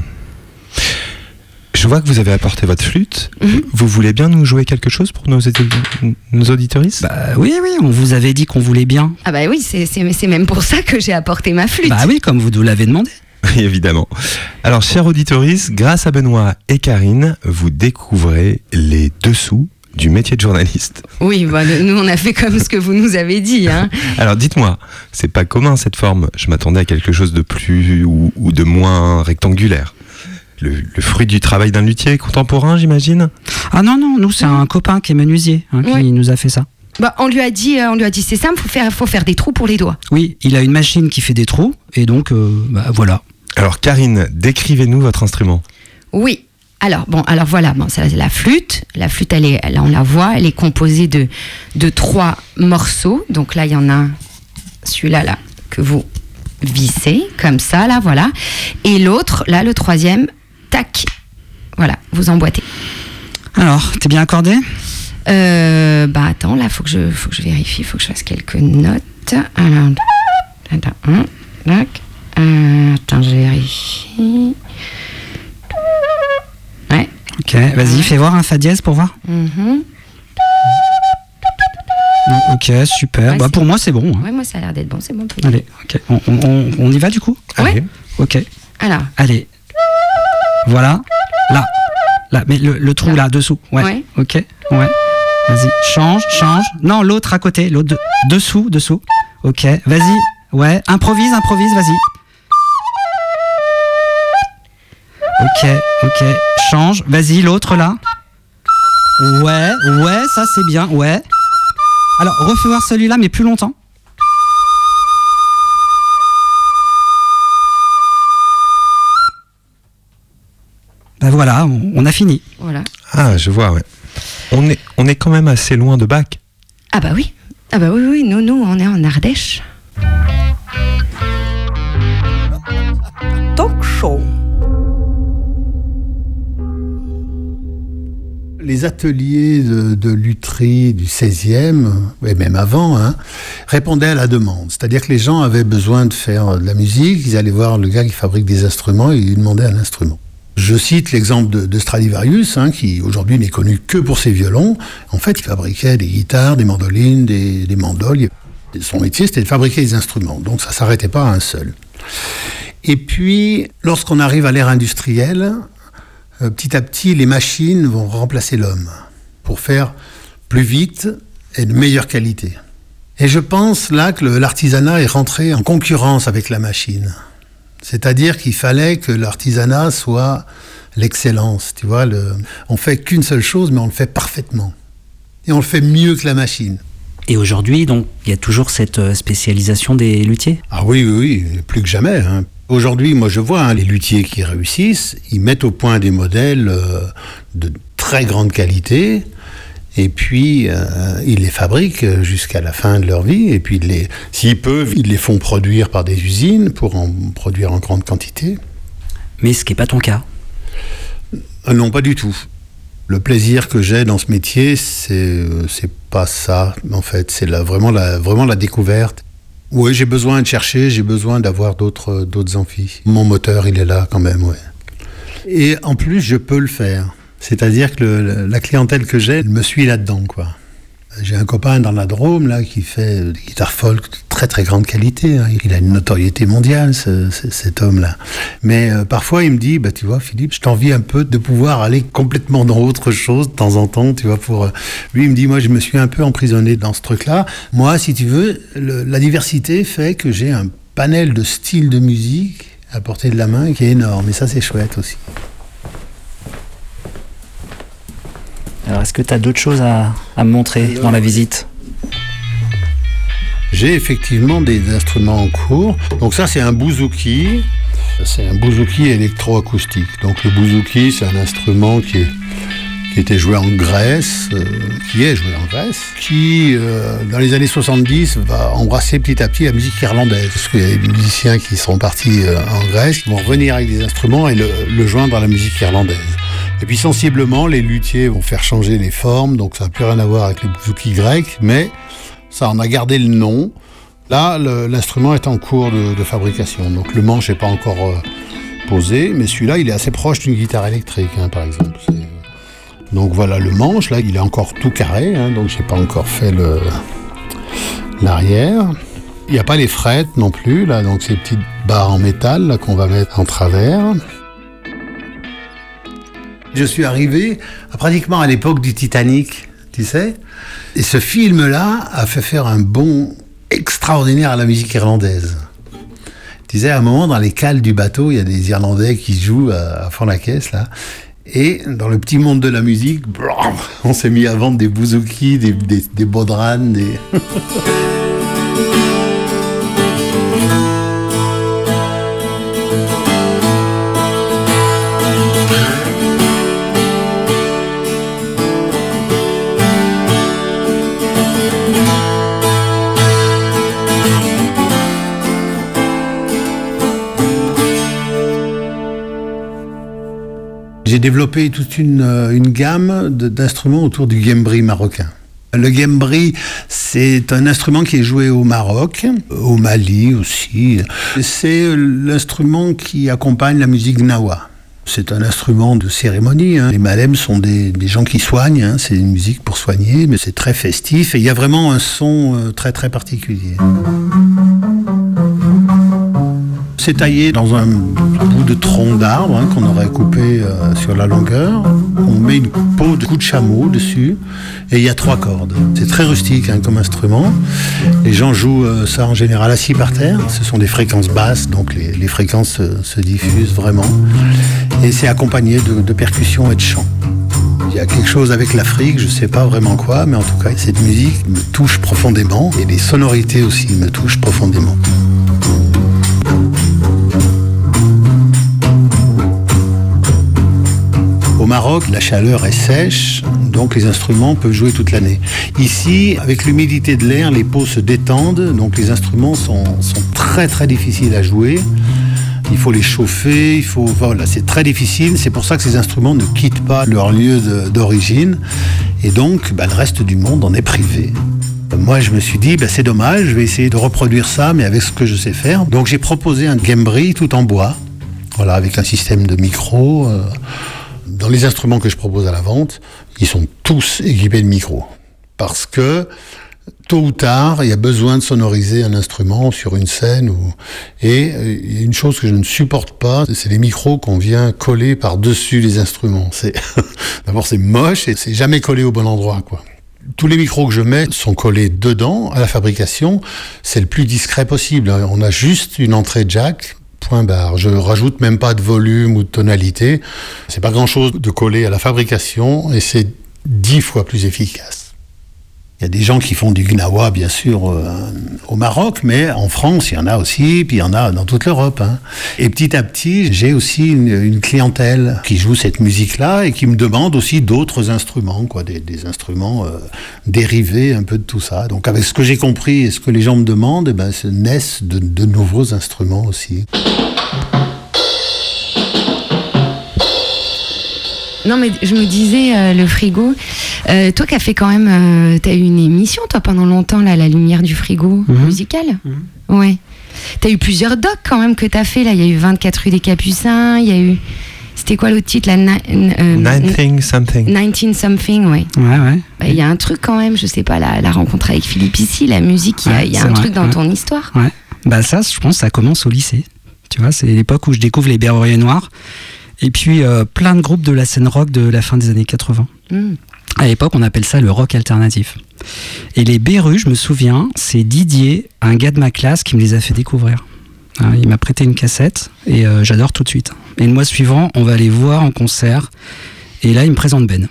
Je vois que vous avez apporté votre flûte. Mmh. Vous voulez bien nous jouer quelque chose pour nos, nos auditeuristes ? Bah oui, oui, on vous avait dit qu'on voulait bien. Ah bah oui, c'est, c'est, c'est même pour ça que j'ai apporté ma flûte. Bah oui, comme vous nous l'avez demandé. Oui, évidemment. Alors, chers auditeuristes, grâce à Benoît et Karine, vous découvrez les dessous du métier de journaliste. Oui, bah, nous on a fait comme ce que vous nous avez dit. Hein. Alors dites-moi, c'est pas commun cette forme. Je m'attendais à quelque chose de plus ou, ou de moins rectangulaire. Le, le fruit du travail d'un luthier contemporain, j'imagine ? Ah non, non, nous c'est un copain qui est menuisier hein, qui oui. nous a fait ça. Bah, on lui a dit, euh, on lui a dit c'est simple, faut faire, faut faire des trous pour les doigts. Oui, il a une machine qui fait des trous et donc euh, bah, voilà. Alors Karine, décrivez-nous votre instrument. Oui. Alors bon, alors voilà, bon, ça, c'est la flûte. La flûte, elle est, là on la voit, elle est composée de de trois morceaux. Donc là, il y en a un, celui-là là que vous vissez comme ça là, voilà. Et l'autre, là, le troisième, tac, voilà, vous emboîtez. Alors, t'es bien accordé ? Euh, bah attends, là, faut que je, faut que je vérifie, faut que je fasse quelques notes. Alors, attends, hein, tac, euh, attends, je vérifie. Ouais. Ok, vas-y, fais voir un fa dièse pour voir. Mm-hmm. Ok, super. Ouais, bah pour moi c'est bon. Hein. Ouais, moi ça a l'air d'être bon, c'est bon. Allez, ok. On, on, on y va du coup ? Ouais. Ok. Alors. Allez. Voilà. Là. Là. Mais le, le trou là, là dessous. Ouais. ouais. Ok. Ouais. Vas-y. Change, change. Non, l'autre à côté. L'autre de... dessous, dessous. Ok. Vas-y. Ouais. Improvise, improvise. Vas-y. Ok, ok. Change. Vas-y, l'autre là. Ouais, ouais, ça c'est bien. Ouais. Alors, refais voir celui-là, mais plus longtemps. Ben voilà, on, on a fini. Voilà. Ah, je vois, ouais. On est, on est quand même assez loin de Bach. Ah bah oui. Ah bah oui, oui, nous, nous, on est en Ardèche. Talk show. Les ateliers de, de lutherie du seizième, et même avant, hein, répondaient à la demande. C'est-à-dire que les gens avaient besoin de faire de la musique, ils allaient voir le gars qui fabrique des instruments et ils lui demandaient un instrument. Je cite l'exemple de, de Stradivarius, hein, qui aujourd'hui n'est connu que pour ses violons. En fait, il fabriquait des guitares, des mandolines, des, des mandoles. Son métier, c'était de fabriquer des instruments. Donc ça ne s'arrêtait pas à un seul. Et puis, lorsqu'on arrive à l'ère industrielle, Euh, petit à petit, les machines vont remplacer l'homme pour faire plus vite et de meilleure qualité. Et je pense là que le, l'artisanat est rentré en concurrence avec la machine. C'est-à-dire qu'il fallait que l'artisanat soit l'excellence. Tu vois, le, on fait qu'une seule chose, mais on le fait parfaitement. Et on le fait mieux que la machine. Et aujourd'hui, donc, il y a toujours cette spécialisation des luthiers ? Ah oui, oui, oui, plus que jamais, hein. Aujourd'hui, moi je vois hein, les luthiers qui réussissent, ils mettent au point des modèles euh, de très grande qualité et puis euh, ils les fabriquent jusqu'à la fin de leur vie et puis les, s'ils peuvent, ils les font produire par des usines pour en produire en grande quantité. Mais ce qui n'est pas ton cas ? euh, Non, pas du tout. Le plaisir que j'ai dans ce métier, c'est, c'est pas ça en fait, c'est la, vraiment, la, vraiment la découverte. Oui, j'ai besoin de chercher, j'ai besoin d'avoir d'autres, d'autres amphis. Mon moteur, il est là quand même, ouais. Et en plus, je peux le faire. C'est-à-dire que le, la clientèle que j'ai me suit là-dedans, quoi. J'ai un copain dans la Drôme là qui fait des guitares folk de très très grande qualité. Hein. Il a une notoriété mondiale, ce, ce, cet homme-là. Mais euh, parfois il me dit, bah tu vois Philippe, je t'envie un peu de pouvoir aller complètement dans autre chose de temps en temps, tu vois. Pour euh... lui il me dit, moi je me suis un peu emprisonné dans ce truc-là. Moi, si tu veux, le, la diversité fait que j'ai un panel de styles de musique à portée de la main qui est énorme. Et ça c'est chouette aussi. Alors, est-ce que tu as d'autres choses à, à me montrer dans la visite ? J'ai effectivement des instruments en cours. Donc ça, c'est un bouzouki. C'est un bouzouki électroacoustique. Donc le bouzouki, c'est un instrument qui, est, qui était joué en Grèce, euh, qui est joué en Grèce, qui, euh, dans les années soixante-dix, va embrasser petit à petit la musique irlandaise. Parce qu'il y a des musiciens qui sont partis euh, en Grèce, qui vont revenir avec des instruments et le, le joindre à la musique irlandaise. Et puis sensiblement, les luthiers vont faire changer les formes, donc ça n'a plus rien à voir avec les bouzouki grecs, mais ça en a gardé le nom. Là, le, l'instrument est en cours de, de fabrication, donc le manche n'est pas encore euh, posé, mais celui-là, il est assez proche d'une guitare électrique, hein, par exemple. C'est, euh... Donc voilà, le manche, là, il est encore tout carré, hein, donc j'ai pas encore fait le, l'arrière. Il n'y a pas les frettes non plus, là, donc ces petites barres en métal là, qu'on va mettre en travers. Je suis arrivé à pratiquement à l'époque du Titanic, tu sais. Et ce film-là a fait faire un bond extraordinaire à la musique irlandaise. Tu sais, à un moment, dans les cales du bateau, il y a des Irlandais qui jouent à, à fond la caisse, là. Et dans le petit monde de la musique, blam, on s'est mis à vendre des bouzouki, des, des, des bodhranes, des... J'ai développé toute une, une gamme de, d'instruments autour du guembri marocain. Le guembri, c'est un instrument qui est joué au Maroc, au Mali aussi. C'est l'instrument qui accompagne la musique gnawa. C'est un instrument de cérémonie. Hein. Les malem sont des, des gens qui soignent. Hein. C'est une musique pour soigner, mais c'est très festif. Et il y a vraiment un son très très particulier. C'est taillé dans un bout de tronc d'arbre hein, qu'on aurait coupé euh, sur la longueur. On met une peau de cou de chameau dessus et il y a trois cordes. C'est très rustique hein, comme instrument. Les gens jouent euh, ça en général assis par terre. Ce sont des fréquences basses, donc les, les fréquences se, se diffusent vraiment. Et c'est accompagné de, de percussions et de chants. Il y a quelque chose avec l'Afrique, je ne sais pas vraiment quoi, mais en tout cas, cette musique me touche profondément et les sonorités aussi me touchent profondément. Au Maroc, la chaleur est sèche, donc les instruments peuvent jouer toute l'année. Ici, avec l'humidité de l'air, les peaux se détendent, donc les instruments sont, sont très très difficiles à jouer. Il faut les chauffer, il faut, voilà, c'est très difficile. C'est pour ça que ces instruments ne quittent pas leur lieu de, d'origine. Et donc, bah, le reste du monde en est privé. Moi, je me suis dit, bah, c'est dommage, je vais essayer de reproduire ça, mais avec ce que je sais faire. Donc, j'ai proposé un guembri tout en bois, voilà, avec un système de micro. Euh, Dans les instruments que je propose à la vente, ils sont tous équipés de micros. Parce que, tôt ou tard, il y a besoin de sonoriser un instrument sur une scène. Ou... Et il y a une chose que je ne supporte pas, c'est les micros qu'on vient coller par-dessus les instruments. C'est... D'abord, c'est moche et c'est jamais collé au bon endroit, quoi. Tous les micros que je mets sont collés dedans, à la fabrication. C'est le plus discret possible. On a juste une entrée jack, point barre. Je rajoute même pas de volume ou de tonalité. C'est pas grand chose de coller à la fabrication et c'est dix fois plus efficace. Il y a des gens qui font du gnawa, bien sûr, euh, au Maroc, mais en France, il y en a aussi, puis il y en a dans toute l'Europe. Hein. Et petit à petit, j'ai aussi une, une clientèle qui joue cette musique-là et qui me demande aussi d'autres instruments, quoi, des, des instruments euh, dérivés un peu de tout ça. Donc avec ce que j'ai compris et ce que les gens me demandent, eh ben, naissent de, de nouveaux instruments aussi. Non, mais je me disais, euh, le frigo, euh, toi qui as fait quand même, euh, tu as eu une émission, toi, pendant longtemps, là, La Lumière du Frigo, mm-hmm. musicale. Mm-hmm. Ouais. Tu as eu plusieurs docs quand même que tu as fait, là. Il y a eu vingt-quatre rue des Capucins, il y a eu... c'était quoi l'autre titre là, na- euh, Nineteen something. nineteen something, ouais. Ouais, ouais. Bah, il y a un truc quand même, je sais pas, la, la rencontre avec Philippe ici, la musique, il y a, Ouais, il y a c'est un vrai, truc dans ouais. ton histoire. Ouais. Bah ça, je pense, ça commence au lycée. Tu vois, c'est l'époque où je découvre les Berruriers Noirs. Et puis euh, plein de groupes de la scène rock de la fin des années quatre-vingts. Mm. À l'époque, on appelle ça le rock alternatif. Et les Berus, je me souviens, c'est Didier, un gars de ma classe, qui me les a fait découvrir. Hein, il m'a prêté une cassette et euh, j'adore tout de suite. Et le mois suivant, on va les voir en concert. Et là, il me présente Ben.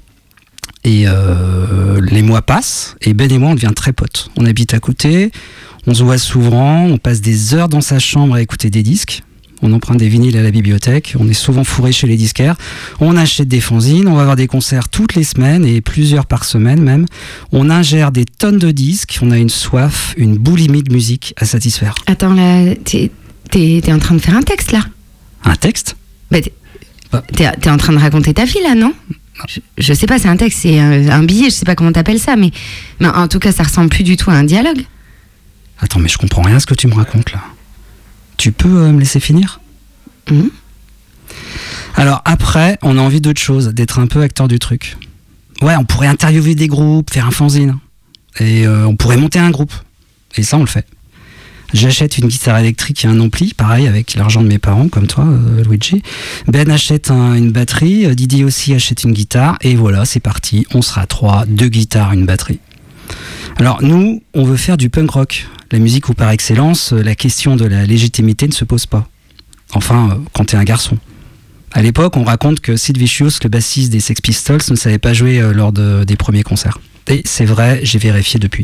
Et euh, les mois passent et Ben et moi, on devient très potes. On habite à côté, on se voit souvent, on passe des heures dans sa chambre à écouter des disques. On emprunte des vinyles à la bibliothèque, on est souvent fourré chez les disquaires, on achète des fanzines, on va avoir des concerts toutes les semaines et plusieurs par semaine même. On ingère des tonnes de disques, on a une soif, une boulimie de musique à satisfaire. Attends, là, t'es, t'es, t'es en train de faire un texte là? Un texte? Bah, t'es, t'es, t'es en train de raconter ta vie là, non? je, je sais pas, c'est un texte, c'est un, un billet, je sais pas comment t'appelles ça, mais, mais en tout cas, ça ressemble plus du tout à un dialogue. Attends, mais je comprends rien à ce que tu me racontes là. Tu peux euh, me laisser finir? Mmh. Alors après, on a envie d'autre chose, d'être un peu acteur du truc. Ouais, on pourrait interviewer des groupes, faire un fanzine. Et euh, on pourrait monter un groupe. Et ça, on le fait. J'achète une guitare électrique et un ampli, pareil, avec l'argent de mes parents, comme toi, euh, Luigi. Ben achète un, une batterie, Didier aussi achète une guitare, et voilà, c'est parti. On sera trois, deux guitares, une batterie. Alors nous, on veut faire du punk rock. La musique où par excellence, la question de la légitimité ne se pose pas. Enfin, euh, quand t'es un garçon. À l'époque, on raconte que Sid Vicious, le bassiste des Sex Pistols, ne savait pas jouer euh, lors de, des premiers concerts. Et c'est vrai, j'ai vérifié depuis.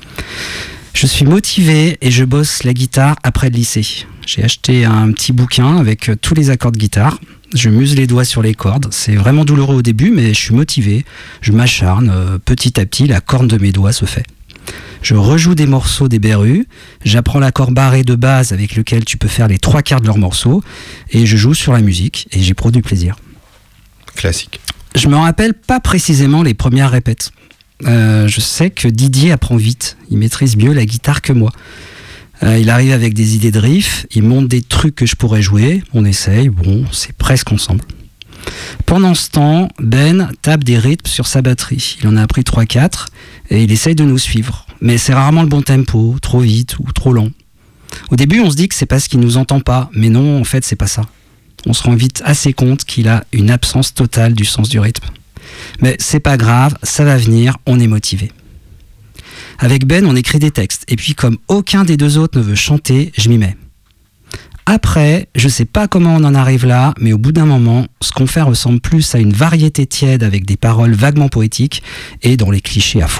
Je suis motivé et je bosse la guitare après le lycée. J'ai acheté un petit bouquin avec tous les accords de guitare. Je muse les doigts sur les cordes. C'est vraiment douloureux au début, mais je suis motivé. Je m'acharne. Euh, petit à petit, la corne de mes doigts se fait. Je rejoue des morceaux des Berus, j'apprends l'accord barré de base avec lequel tu peux faire les trois quarts de leurs morceaux, et je joue sur la musique, et j'éprouve du plaisir. Classique. Je me rappelle pas précisément les premières répètes. Euh, je sais que Didier apprend vite, il maîtrise mieux la guitare que moi. Euh, il arrive avec des idées de riff, il monte des trucs que je pourrais jouer, on essaye, bon, c'est presque ensemble. Pendant ce temps, Ben tape des rythmes sur sa batterie. Il en a appris trois quatre et il essaye de nous suivre. Mais c'est rarement le bon tempo, trop vite ou trop lent. Au début, on se dit que c'est parce qu'il nous entend pas, mais non, en fait, c'est pas ça. On se rend vite assez compte qu'il a une absence totale du sens du rythme. Mais c'est pas grave, ça va venir, on est motivé. Avec Ben, on écrit des textes, et puis comme aucun des deux autres ne veut chanter, je m'y mets. Après, je sais pas comment on en arrive là, mais au bout d'un moment, ce qu'on fait ressemble plus à une variété tiède avec des paroles vaguement poétiques et dans les clichés à fond.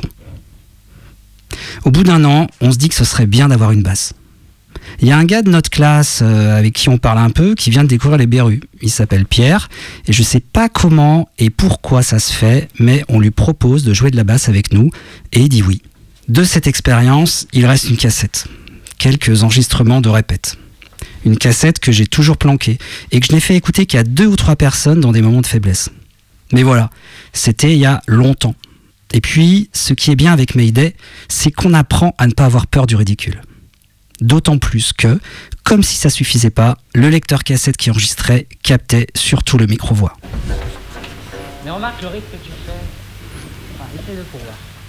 Au bout d'un an, on se dit que ce serait bien d'avoir une basse. Il y a un gars de notre classe euh, avec qui on parle un peu qui vient de découvrir les Berus. Il s'appelle Pierre et je sais pas comment et pourquoi ça se fait, mais on lui propose de jouer de la basse avec nous et il dit oui. De cette expérience, il reste une cassette, quelques enregistrements de répète. Une cassette que j'ai toujours planquée et que je n'ai fait écouter qu'à deux ou trois personnes dans des moments de faiblesse. Mais voilà, c'était il y a longtemps. Et puis, ce qui est bien avec Mayday, c'est qu'on apprend à ne pas avoir peur du ridicule. D'autant plus que, comme si ça suffisait pas, le lecteur cassette qui enregistrait captait surtout le micro-voix. Mais remarque le rythme que tu fais. Enfin, essaye-le pour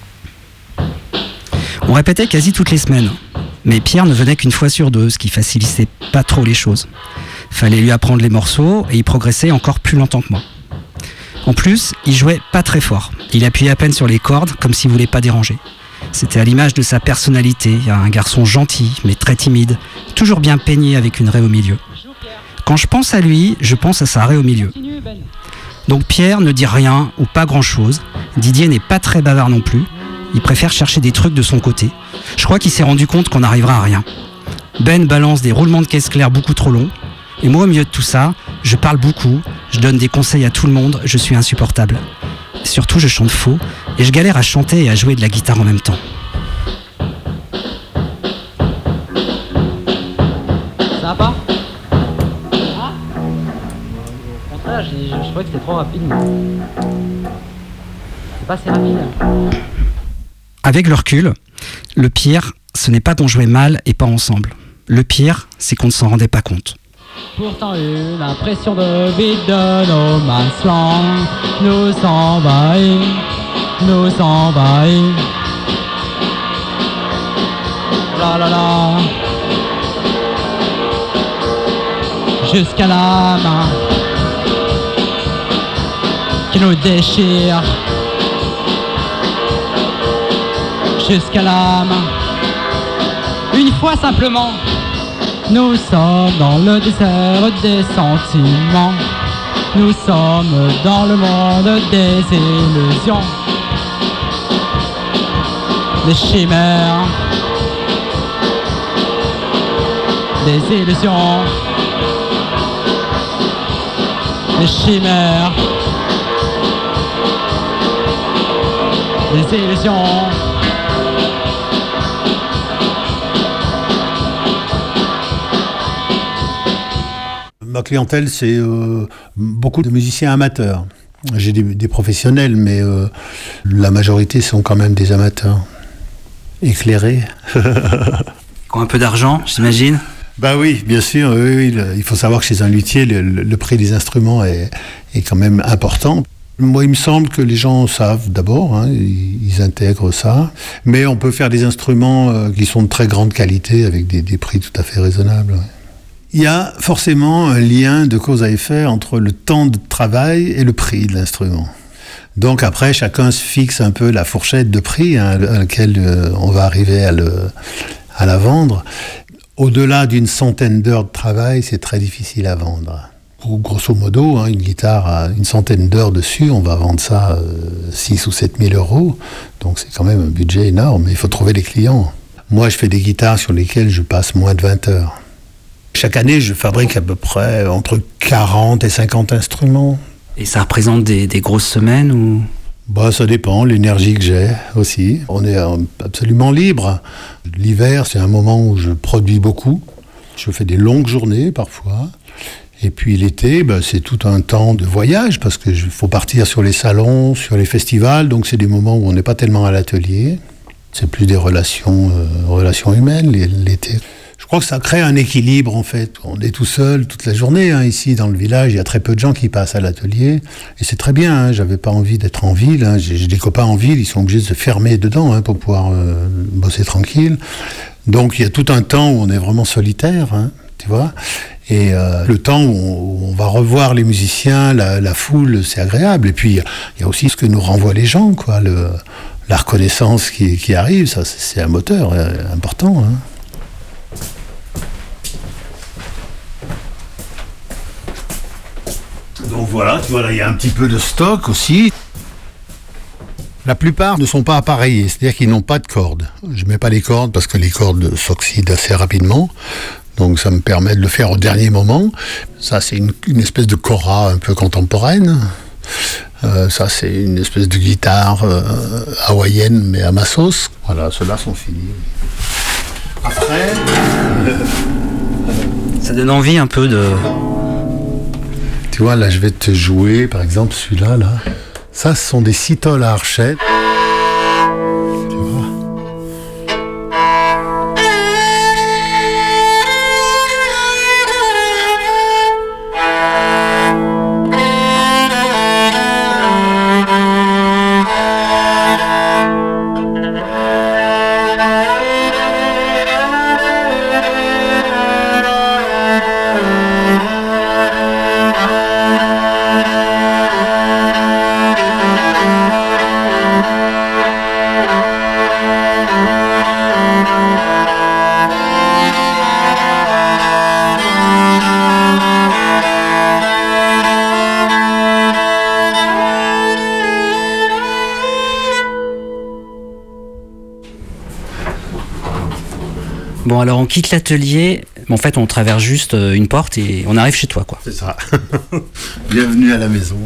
voir. On répétait quasi toutes les semaines. Mais Pierre ne venait qu'une fois sur deux, ce qui facilitait pas trop les choses. Fallait lui apprendre les morceaux et il progressait encore plus longtemps que moi. En plus, il jouait pas très fort. Il appuyait à peine sur les cordes, comme s'il voulait pas déranger. C'était à l'image de sa personnalité, un garçon gentil, mais très timide, toujours bien peigné avec une raie au milieu. Quand je pense à lui, je pense à sa raie au milieu. Donc Pierre ne dit rien ou pas grand-chose. Didier n'est pas très bavard non plus. Il préfère chercher des trucs de son côté. Je crois qu'il s'est rendu compte qu'on n'arrivera à rien. Ben balance des roulements de caisse claire beaucoup trop longs. Et moi, au milieu de tout ça, je parle beaucoup, je donne des conseils à tout le monde, je suis insupportable. Surtout, je chante faux, et je galère à chanter et à jouer de la guitare en même temps. Ça va pas? Ah au contraire, je, je, je trouvais que c'était trop rapide. C'est pas assez rapide. Avec le recul, le pire, ce n'est pas qu'on jouait mal et pas ensemble. Le pire, c'est qu'on ne s'en rendait pas compte. Pourtant une impression de vide de no man's land nous envahit, nous envahit. La la la. Jusqu'à la main qui nous déchire. Jusqu'à la main. Une fois simplement. Nous sommes dans le désert des sentiments. Nous sommes dans le monde des illusions, des chimères, des illusions, des chimères, des illusions. Ma clientèle, c'est euh, beaucoup de musiciens amateurs. J'ai des, des professionnels, mais euh, la majorité sont quand même des amateurs. Éclairés. Qui ont un peu d'argent, j'imagine. Bah oui, bien sûr. Oui, oui, le, il faut savoir que chez un luthier, le, le prix des instruments est, est quand même important. Moi, il me semble que les gens savent d'abord, hein, ils, ils intègrent ça. Mais on peut faire des instruments euh, qui sont de très grande qualité avec des, des prix tout à fait raisonnables. Ouais. Il y a forcément un lien de cause à effet entre le temps de travail et le prix de l'instrument. Donc après, chacun se fixe un peu la fourchette de prix hein, à laquelle euh, on va arriver à, le, à la vendre. Au-delà d'une centaine d'heures de travail, c'est très difficile à vendre. Grosso modo, hein, une guitare à une centaine d'heures dessus, on va vendre ça euh, six ou sept mille euros. Donc c'est quand même un budget énorme, mais il faut trouver les clients. Moi, je fais des guitares sur lesquelles je passe moins de vingt heures. Chaque année, je fabrique à peu près entre quarante et cinquante instruments. Et ça représente des, des grosses semaines ou... Bah, ça dépend, l'énergie que j'ai aussi. On est absolument libre. L'hiver, c'est un moment où je produis beaucoup. Je fais des longues journées parfois. Et puis l'été, bah, c'est tout un temps de voyage parce qu'il faut partir sur les salons, sur les festivals. Donc c'est des moments où on n'est pas tellement à l'atelier. C'est plus des relations, euh, relations humaines l'été. Je crois que ça crée un équilibre en fait. On est tout seul toute la journée hein, ici dans le village. Il y a très peu de gens qui passent à l'atelier et c'est très bien. Hein, j'avais pas envie d'être en ville. Hein. J'ai, j'ai des copains en ville, ils sont obligés de se fermer dedans hein, pour pouvoir euh, bosser tranquille. Donc il y a tout un temps où on est vraiment solitaire, hein, tu vois. Et euh, le temps où on, où on va revoir les musiciens, la, la foule, c'est agréable. Et puis il y, y a aussi ce que nous renvoient les gens, quoi. Le, la reconnaissance qui, qui arrive, ça c'est un moteur euh, important. Hein. Donc voilà, tu vois, là, il y a un petit peu de stock aussi. La plupart ne sont pas appareillés, c'est-à-dire qu'ils n'ont pas de cordes. Je ne mets pas les cordes parce que les cordes s'oxydent assez rapidement. Donc ça me permet de le faire au dernier moment. Ça, c'est une, une espèce de kora un peu contemporaine. Euh, ça, c'est une espèce de guitare euh, hawaïenne, mais à ma sauce. Voilà, ceux-là sont finis. Après... Euh, ça donne envie un peu de... Tu vois, là, je vais te jouer, par exemple, celui-là, là. Ça, ce sont des citoles à archette. Tu vois ? Bon, alors on quitte l'atelier, mais en fait on traverse juste une porte et on arrive chez toi, quoi. C'est ça. Bienvenue à la maison.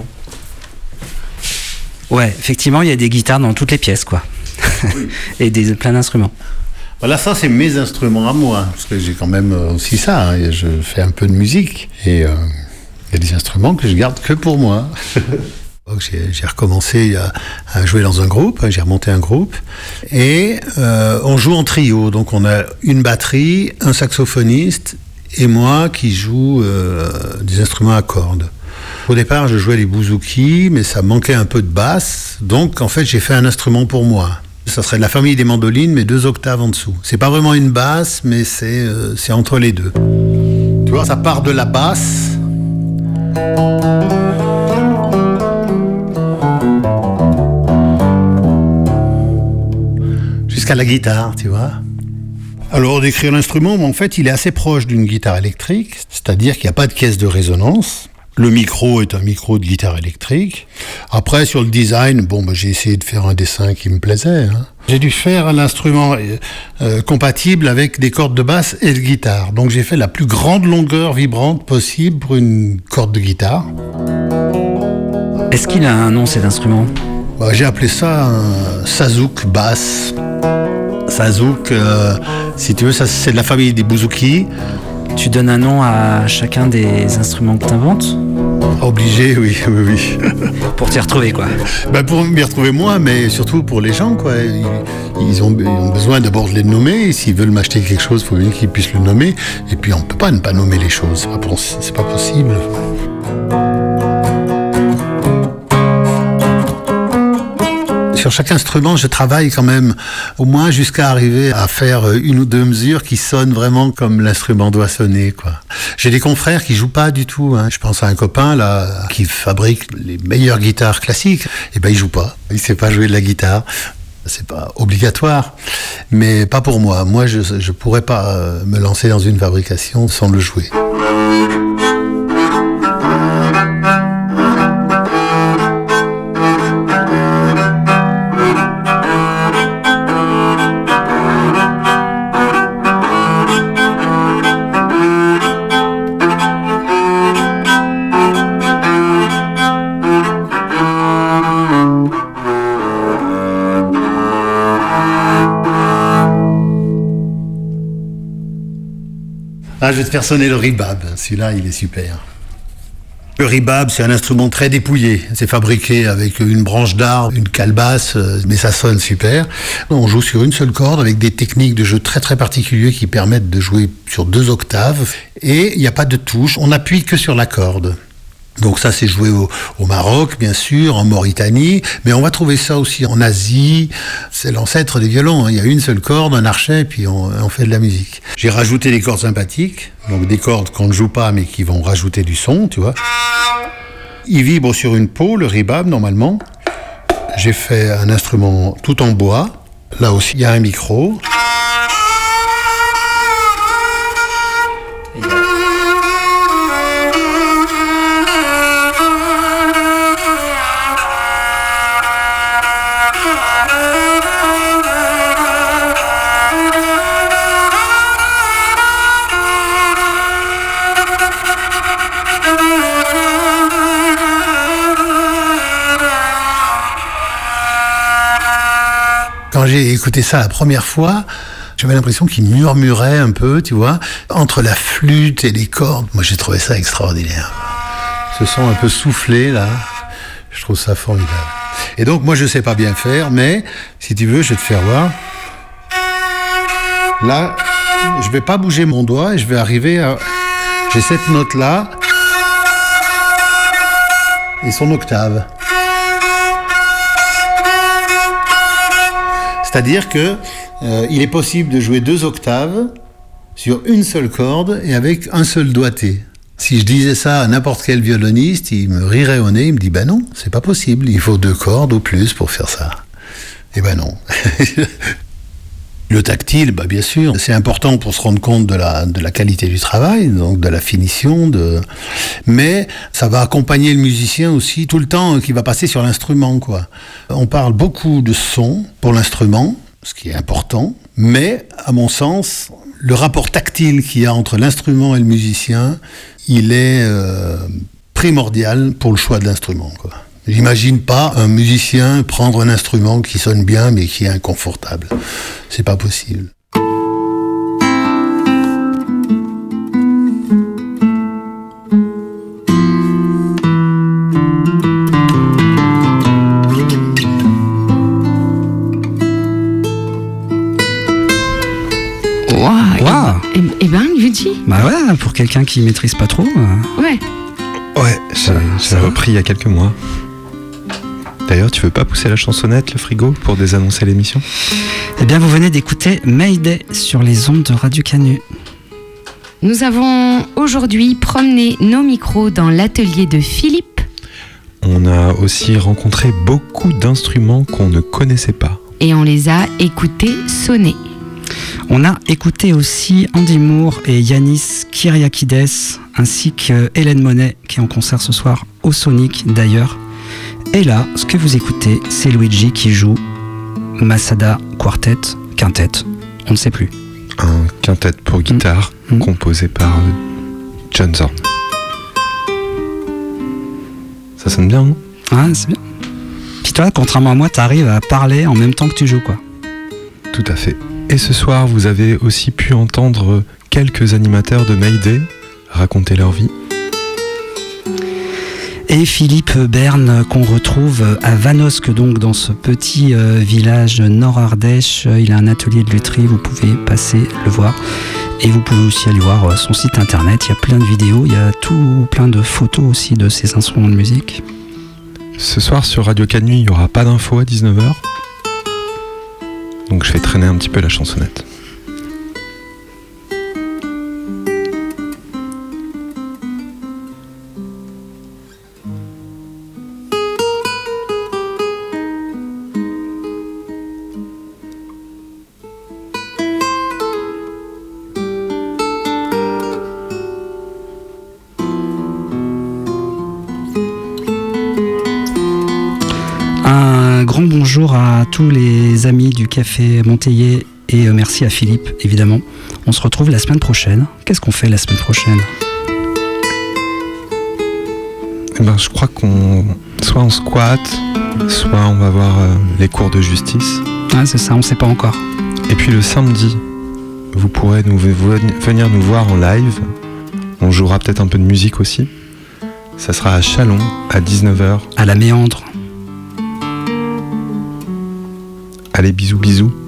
Ouais, effectivement, il y a des guitares dans toutes les pièces, quoi. Oui. Et des, plein d'instruments. Voilà, ça c'est mes instruments à moi, parce que j'ai quand même aussi ça, hein, je fais un peu de musique, et euh, il y a des instruments que je garde que pour moi. J'ai, j'ai recommencé à, à jouer dans un groupe, j'ai remonté un groupe, et euh, on joue en trio, donc on a une batterie, un saxophoniste et moi qui joue euh, des instruments à cordes. Au départ, je jouais les bouzouki, mais ça manquait un peu de basse, donc en fait, j'ai fait un instrument pour moi. Ça serait de la famille des mandolines, mais deux octaves en dessous. C'est pas vraiment une basse, mais c'est, euh, c'est entre les deux. Tu vois, ça part de la basse. Jusqu'à la guitare, tu vois. Alors, décrire l'instrument, en fait, il est assez proche d'une guitare électrique, c'est-à-dire qu'il n'y a pas de caisse de résonance. Le micro est un micro de guitare électrique. Après, sur le design, bon, bah, j'ai essayé de faire un dessin qui me plaisait. Hein. J'ai dû faire un instrument euh, compatible avec des cordes de basse et de guitare. Donc, j'ai fait la plus grande longueur vibrante possible pour une corde de guitare. Est-ce qu'il a un nom, cet instrument ? Bah, j'ai appelé ça un Sazouk basse. Sazouk, euh, si tu veux, ça, c'est de la famille des bouzouki. Tu donnes un nom à chacun des instruments que tu inventes ? Obligé, oui, oui, oui. Pour t'y retrouver, quoi. Ben pour m'y retrouver moi, mais surtout pour les gens, quoi. Ils, ils, ont, ils ont besoin d'abord de les nommer. Et s'ils veulent m'acheter quelque chose, il faut bien qu'ils puissent le nommer. Et puis on ne peut pas ne pas nommer les choses. C'est pas, c'est pas possible. Sur chaque instrument, je travaille quand même au moins jusqu'à arriver à faire une ou deux mesures qui sonnent vraiment comme l'instrument doit sonner, quoi. J'ai des confrères qui jouent pas du tout, hein. Je pense à un copain là qui fabrique les meilleures guitares classiques. Et ben il joue pas, il sait pas jouer de la guitare. C'est pas obligatoire, mais pas pour moi. Moi, je je pourrais pas me lancer dans une fabrication sans le jouer. Ah, je vais te faire sonner le rebab. Celui-là, il est super. Le rebab, c'est un instrument très dépouillé. C'est fabriqué avec une branche d'arbre, une calebasse, mais ça sonne super. On joue sur une seule corde avec des techniques de jeu très très particulières qui permettent de jouer sur deux octaves. Et il n'y a pas de touche, on n'appuie que sur la corde. Donc ça, c'est joué au, au Maroc, bien sûr, en Mauritanie, mais on va trouver ça aussi en Asie. C'est l'ancêtre des violons, hein. Il y a une seule corde, un archet, et puis on, on fait de la musique. J'ai rajouté des cordes sympathiques, donc des cordes qu'on ne joue pas, mais qui vont rajouter du son, tu vois. Il vibre sur une peau, le rebab, normalement. J'ai fait un instrument tout en bois. Là aussi, il y a un micro. Quand j'ai écouté ça la première fois, j'avais l'impression qu'il murmurait un peu, tu vois, entre la flûte et les cordes. Moi, j'ai trouvé ça extraordinaire. Ce son un peu soufflé, là, je trouve ça formidable. Et donc, moi, je sais pas bien faire, mais si tu veux, je vais te faire voir. Là, je vais pas bouger mon doigt et je vais arriver à... J'ai cette note-là et son octave. C'est-à-dire que euh, il est possible de jouer deux octaves sur une seule corde et avec un seul doigté. Si je disais ça à n'importe quel violoniste, il me rirait au nez, il me dit « Ben non, c'est pas possible, il faut deux cordes ou plus pour faire ça. » Eh ben non. Le tactile, bah bien sûr, c'est important pour se rendre compte de la, de la qualité du travail, donc de la finition, de... mais ça va accompagner le musicien aussi tout le temps qui va passer sur l'instrument, quoi. On parle beaucoup de son pour l'instrument, ce qui est important, mais à mon sens, le rapport tactile qu'il y a entre l'instrument et le musicien, il est euh, primordial pour le choix de l'instrument, quoi. J'imagine pas un musicien prendre un instrument qui sonne bien mais qui est inconfortable. C'est pas possible. Waouh! Wow. Eh, eh ben, Luigi. Bah ouais, pour quelqu'un qui maîtrise pas trop. Euh... Ouais. Ouais, j'ai, j'ai repris il y a quelques mois. D'ailleurs, tu veux pas pousser la chansonnette, le frigo, pour désannoncer l'émission ? Eh bien, vous venez d'écouter Mayday sur les ondes de Radio Canu. Nous avons aujourd'hui promené nos micros dans l'atelier de Philippe. On a aussi rencontré beaucoup d'instruments qu'on ne connaissait pas. Et on les a écoutés sonner. On a écouté aussi Andy Moore et Yanis Kyriakides, ainsi que Hélène Monet, qui est en concert ce soir au Sonic d'ailleurs. Et là, ce que vous écoutez, c'est Luigi qui joue Masada Quartet, quintet, on ne sait plus. Un quintet pour guitare mmh. composé par John Zorn. Ça sonne bien, non ? Ah, c'est bien. Puis toi, contrairement à moi, t'arrives à parler en même temps que tu joues, quoi. Tout à fait. Et ce soir, vous avez aussi pu entendre quelques animateurs de Mayday raconter leur vie. Et Philippe Berne, qu'on retrouve à Vanosque, donc dans ce petit euh, village nord-ardèche. Il a un atelier de lutherie, vous pouvez passer le voir. Et vous pouvez aussi aller voir son site internet, il y a plein de vidéos, il y a tout plein de photos aussi de ces instruments de musique. Ce soir sur Radio Canu, il n'y aura pas d'infos à dix-neuf heures. Donc je vais traîner un petit peu la chansonnette. Bonjour à tous les amis du Café Monteillé et merci à Philippe, évidemment. On se retrouve la semaine prochaine. Qu'est-ce qu'on fait la semaine prochaine ? Eh ben, je crois qu'on... Soit on squatte, soit on va voir euh, les cours de justice. Ah, c'est ça, on sait pas encore. Et puis le samedi, vous pourrez nous, venir nous voir en live. On jouera peut-être un peu de musique aussi. Ça sera à Chalon, à dix-neuf heures. À la Méandre. Allez, bisous, bisous.